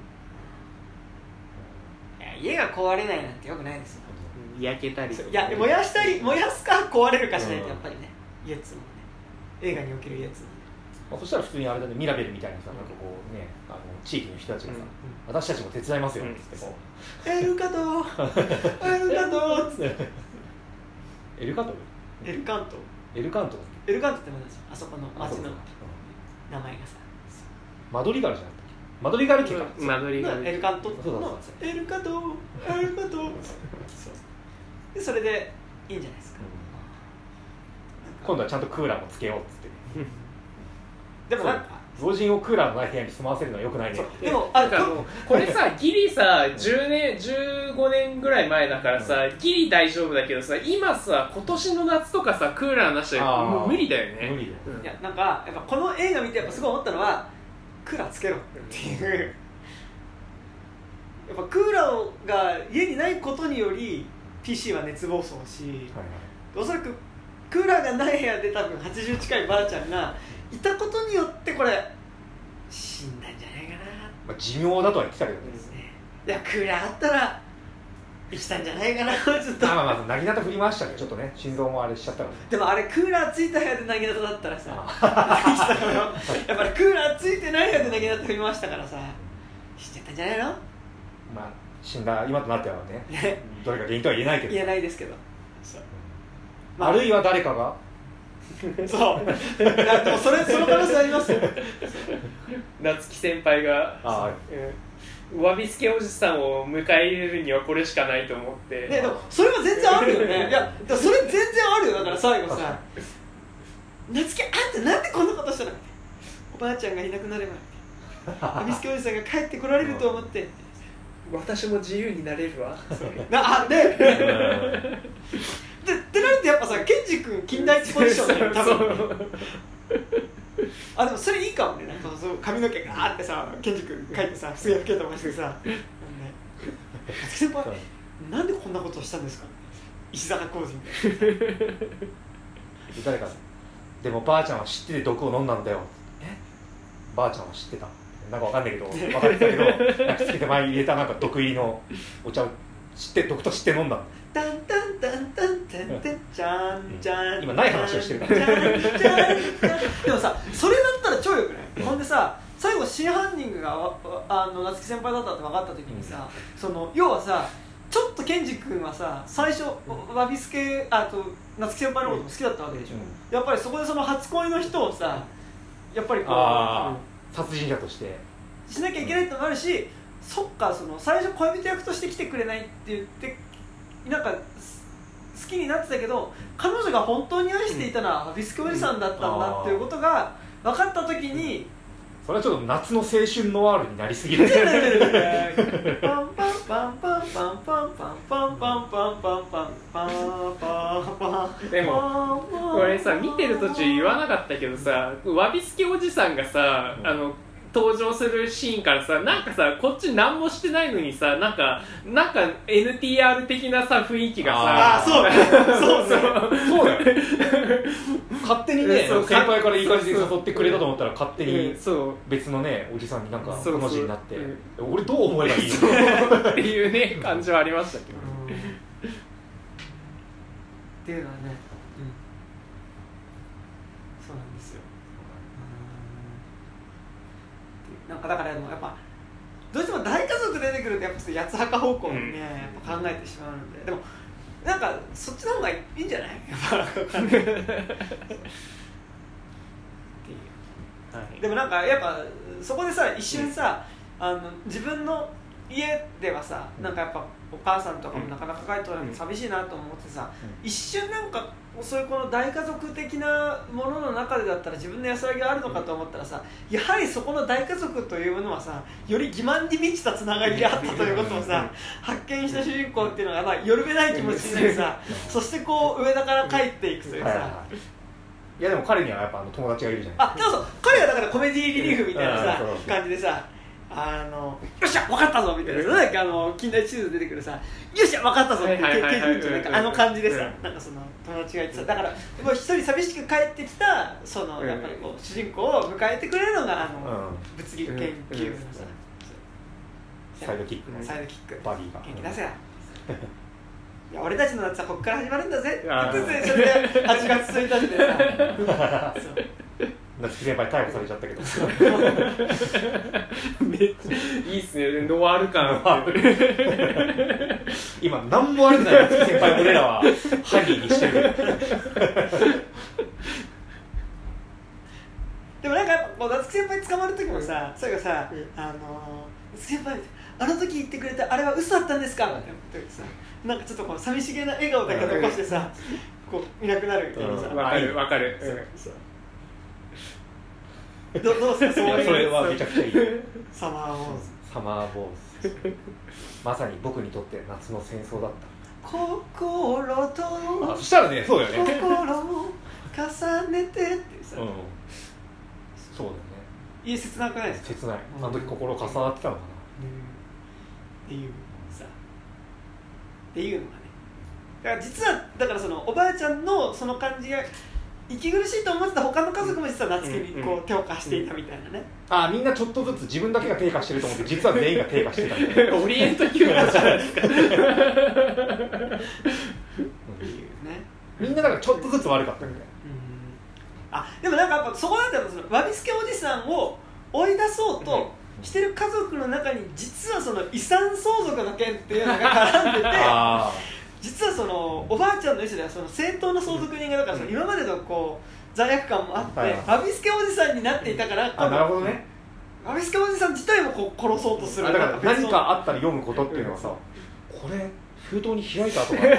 いや家が壊れないなんてよくないですよ、 うん、焼けたりとか、 いや燃やしたり燃やすか壊れるかしないとやっぱりね、うん、家っつうのね映画における家っつうのね、 まあ、そしたら普通にあれだねミラベルみたいなさ、うん、なんかこうねあの地域の人たちがさ、うん、私たちも手伝いますよって言ってこう、うん、エルカトエルカトっつってエルカトエルカントエルカントエルカントって何ですよあそこの町の名前がさマドリガルじゃなくてマドリガル家か、 うん、マドリガルエルカントのエルカトエルカトそうでそれでいいんじゃないですか、 うん、今度はちゃんとクーラーもつけようっつってでもなんか老人をクーラーのない部屋に住まわせるのはよくないね。 でもあのこれさギリさじゅうねんじゅうごねんぐらい前だからさ、うん、ギリ大丈夫だけどさ今さ今年の夏とかさクーラーなしでもう無理だよね。 無理だよ、 うん、いやなんかやっぱこの映画見てやっぱすごい思ったのはクーラーつけろっていうやっぱクーラーが家にないことにより ピーシー は熱暴走し、はいはい、おそらくクーラーがない部屋で多分はちじゅう近いばあちゃんがいたことによってこれ死んだんじゃないかな、 まあ、寿命だとは言ってたけどね、 いやクーラーあったら生きたんじゃないかなちょっとまあまあなぎなた振り回しちゃってちょっとね心臓もあれしちゃったから、ね、 でもあれクーラーついた部屋でなぎなただったらさやっぱりクーラーついてない部屋でなぎなた振り回したからさしちゃったんじゃないの。 まあ死んだ今となってはねねどれか原因とは言えないけど言えないですけど、 まあ、あるいは誰かがそうでもそれその可能性ありますよ夏希先輩があ、うん、わびすけおじさんを迎え入れるにはこれしかないと思って、 ね、でもそれも全然あるよねいやそれ全然あるよ。だから最後さ夏希あんたなんでこんなことしたのおばあちゃんがいなくなればわびすけおじさんが帰ってこられると思って私も自由になれるわなあねでってなるとやっぱさケンジ君金田一ポジションだよ多分あでもそれいいかもね。なんかそう髪の毛がーってさケンジ君書いてさすげえ老けたましてさ夏希先輩なんでこんなことをしたんですか石坂浩二みたいな誰かでもばあちゃんは知ってて毒を飲んだんだよ。えばあちゃんは知ってたなんかわかんないけど分かってたけどなんかつけて前に入れたなんか毒入りのお茶を知って毒と知って飲んだんだ。 タンタンタンタンタンタンチャンチャン今ない話をしてるからでもさそれだったら超よくない、うん、ほんでさ最後真犯人があの夏希先輩だったって分かった時にさ、うん、その要はさちょっとケンジ君はさ最初、うん、わびすけあと夏希先輩のことも好きだったわけでしょ、うん、やっぱりそこでその初恋の人をさやっぱりこう殺人者としてしなきゃいけないってのもあるし、うん、そっかその最初恋人役として来てくれないって言ってなんか好きになってたけど彼女が本当に愛していたのはビスケおじさんだったんだっていうことが分かった時に、 それはちょっと夏の青春ノワールになりすぎるパンパンパンパンパンパンパンパンパンパンパンパンパンパンパン。 でもこれさ見てる途中言わなかったけどさわびすけおじさんがさあの登場するシーンからさなんかさこっち何もしてないのにさなんかなんか エヌティーアール 的なさ雰囲気がさああそうだそうそうそうだよ勝手にね先輩からいい感じで誘ってくれたと思ったら勝手に別のねおじさんになんかこの字になって俺どう思えばいいのっていうね感じはありましたけどっていうのはね、うん、そうなんですよ。なんかだからやっぱどうしても大家族出てくるとやっぱ八つ墓方向にね、うん、やっぱ考えてしまうので、でもなんかそっちの方がいいんじゃない？やっぱ分かんないっていう、はい、でもなんかやっぱそこでさ一瞬さ、うん、あの自分の家ではさなんかやっぱお母さんとかもなかなか帰ってこなくて寂しいなと思ってさ、うん、一瞬なんかそういうこの大家族的なものの中でだったら自分の安らぎがあるのかと思ったらさやはりそこの大家族というものはさより欺瞞に満ちたつながりであったということをさ発見した主人公っていうのがまあよるべない気持ちになりさそしてこう上田から帰っていくというさ、はいはいはい、 いやでも彼にはやっぱ友達がいるじゃないですか。あでもそう彼はだからコメディリリーフみたいなさ感じでさあのよっしゃ分かったぞみたいななんかあの近代地図出てくるさよっしゃ分かったぞってあの感じでさなんかその友達がいてさだからもう一人寂しく帰ってきたそのやっぱりこう主人公を迎えてくれるのがあの物理研究のさサイドキックサイドキックバディが元気出せやいや俺たちの夏はここから始まるんだぜって言ってそれではちがつついたちでさ夏希先輩逮捕されちゃったけどめっちゃいいっすねノワール感今何も悪くない夏希先輩俺らはハニーにしてるでもなんかやっぱ夏希先輩捕まる時もさ、うん、それがさ、うん、あの夏希先輩あの時言ってくれたあれは嘘だったんですかみたいな時さなんかちょっとこの寂しげな笑顔だけ残してさこういなくなるみたいなさわ、うん、かるわかる、 そうど, どうすかそういうそれはめちゃくちゃいいサマーウォーズサマーウォーズまさに僕にとって夏の戦争だった心とあそしたらねそうだよね心を重ねてってさ、うん、 そうだよねいい切なくないですか切ないあの時心重なってたのかな、うん、 っていうさっていうのがねだから実はだからそのおばあちゃんのその感じが息苦しいと思ってた他の家族も実は夏希にこう手を貸していたみたいなね、 あみんなちょっとずつ自分だけが低下してると思って実は全員が低下してたみたいなオリエント級なんじゃないですかみんなだからちょっとずつ悪かったみたいな、 あでもなんかやっぱそこなんだよ、そのわびすけおじさんを追い出そうとしてる家族の中に実はその遺産相続の件っていうのが絡んでて実はそのおばあちゃんの意思ではその正当な相続人がだからその今までのこう罪悪感もあってわびすけおじさんになっていたから、 あなるほどね、 わびすけおじさん自体もこう殺そうとする、 だから何かあったら読むことっていうのはさ、これ封筒に開いた後が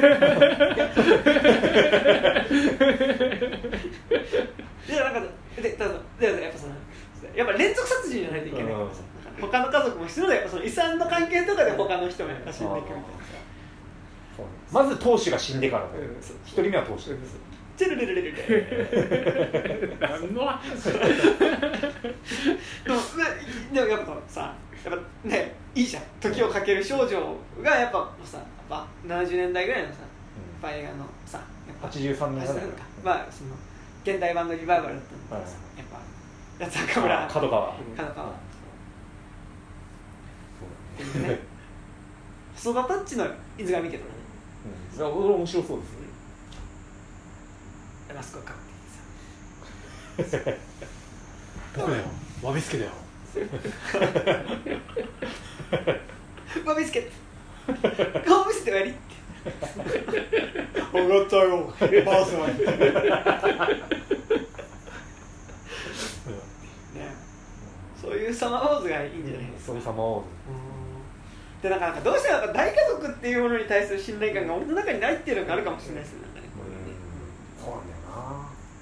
いやなんかでただでやっぱそのやっぱ連続殺人じゃないといけないからさ、うん、他の家族も必要だよ、やっぱその遺産の関係とかで他の人もやっぱ死んでいくみたいなさ、 まず当主が死んでからだよ、うん、一人目は当主、 チェルレレレレレ何の話でもでもやっぱさやっぱねいいじゃん、時をかける少女がやっぱさやっぱななじゅうねんだいぐらいのさ、うん、映画のさやっぱはちじゅうさんねんだいかまあその現代版のリバイバルだったんだけどさ、やっぱ八つ墓村角川角川そうね細田タッチの伊豆が見てたね、 うん、俺面白そうですね、 マスクをかぶってさ僕だよわびすけだよわびすけ顔見せてやりって上がったよバースマンね、そういうサマーウォーズがいいんじゃないですか。 そういうサマーウォーズでなんかなんかどうしてもなんか大家族っていうものに対する信頼感が俺の中にないっていうのがあるかもしれないですね、なんかね、これね、 そうなんだよな、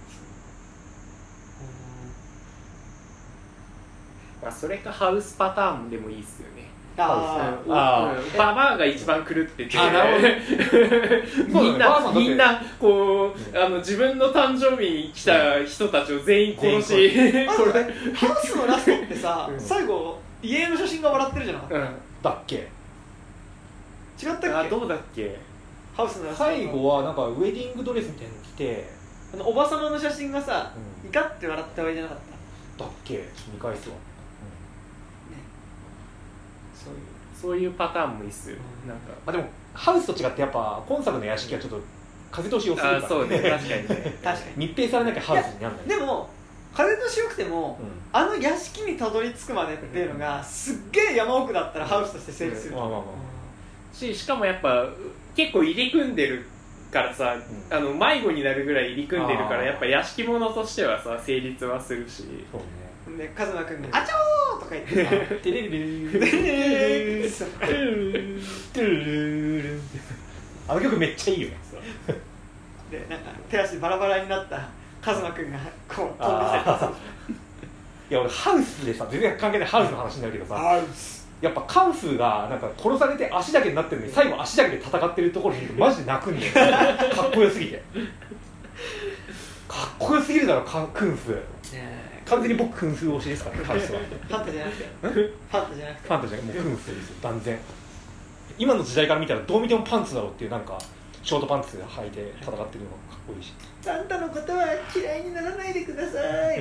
まあ、それかハウスパターンでもいいっすよね。 ああ、うん、ババアが一番狂ってて、 あなるほどみんなみんなこうあの自分の誕生日に来た人たちを全員殺し、 あとねハウスのラストってさ、うん、最後家の写真が笑ってるじゃなかった、うん、 だっけ、 違ったっけ、 あどうだっけ、 ハウスのラスト最後はなんかウェディングドレスみたいなの着て、 あのおばさまの写真がさ、うん、イカって笑って終わりじゃなかった、 だっけ、見返すわ、 そういうそういうパターンもいいっすよ、 うん、なんか、まあ、でもハウスと違ってやっぱ今作の屋敷はちょっと風通し良すぎるから、ね、 あそうね、確かにね確かに密閉されなきゃハウスにならないでも風通し良くても、うん、あの屋敷にたどり着くまでっていうのがすっげえ山奥だったらハウスとして成立する、うんまあまあまあ、し, しかもやっぱ結構入り組んでるからさ、うん、あの迷子になるぐらい入り組んでるからやっぱ屋敷物としてはさ成立はするし、 そうね、 でカズマくんが「あちょー!」とか言ってさ「テレレレレレー」 あの曲めっちゃいいよねでなんか手足バラバラになったカズマくんがこう飛んできたいや俺ハウスでさ全然関係ないハウスの話になるけどさ、 ハウスやっぱカンフーがなんか殺されて足だけになってるのに最後足だけで戦ってるところに見るとマジで泣くんだよかっこよすぎてかっこよすぎるだろカンフー、完全に僕クンフー推しですからね、ハウスは。 ファンタじゃなくてファンタじゃなくてファンタじゃなくてもうクンフーですよ、断然。今の時代から見たらどう見てもパンツだろうっていう、なんかショートパンツ履いて戦ってるのがかっこいいし、 あんたのことは嫌いにならないでください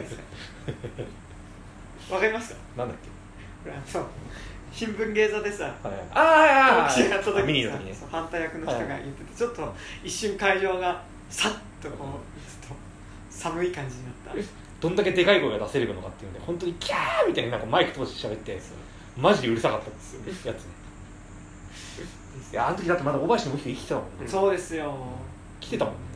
わかりますか、 なんだっけ、 そう新聞芸座でさ、 はい、ああ特集が届いてさ、 見に行った時にファンタ役の人が言ってて、はい、ちょっと一瞬会場がさっとこうちょっと寒い感じになった。 どんだけでかい声が出せるのかっていうので、本当にキャーみたいになんかマイク通して喋ってマジでうるさかったんですよやつね。いやあの時だってまだ大林の武器生きてたもんね。 そうですよ、 来てたもんね。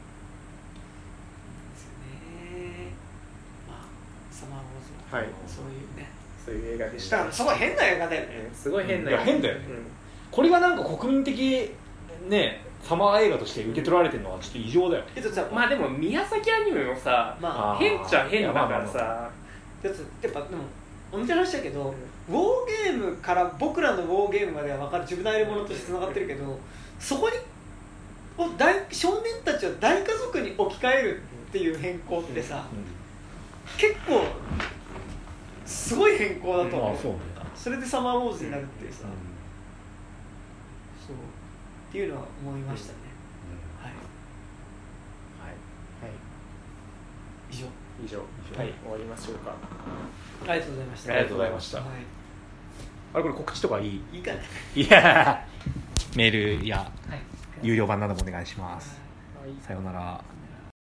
ですよね。まあサマーウォーズ、 はい、 そういうね、 そういう映画でした。 だからすごい変な映画だよね。 すごい変な映画。いや変だよね、うん、これがなんか国民的ねサマー映画として受け取られてるのはちょっと異常だよ。 まあでも宮崎アニメもさ、まあ、変っちゃ変だからさ、 やっぱでもお見てましたけど、ウォーゲームから僕らのウォーゲームまでは分かるジュブナイルものとしてつながってるけど、そこに大少年たちを大家族に置き換えるっていう変更ってさ、うんうん、結構すごい変更だと思う、うん、そうね、それでサマーウォーズになるっていうさ、うん、そうっていうのは思いましたね、うん、はい、はいはい、 以上、はい、終わりましょうか。 ありがとうございました。 ありがとうございました、はい、あれこれ告知とかいい？ いいかな。 いやメールや有料版などもお願いします、はい、さようなら。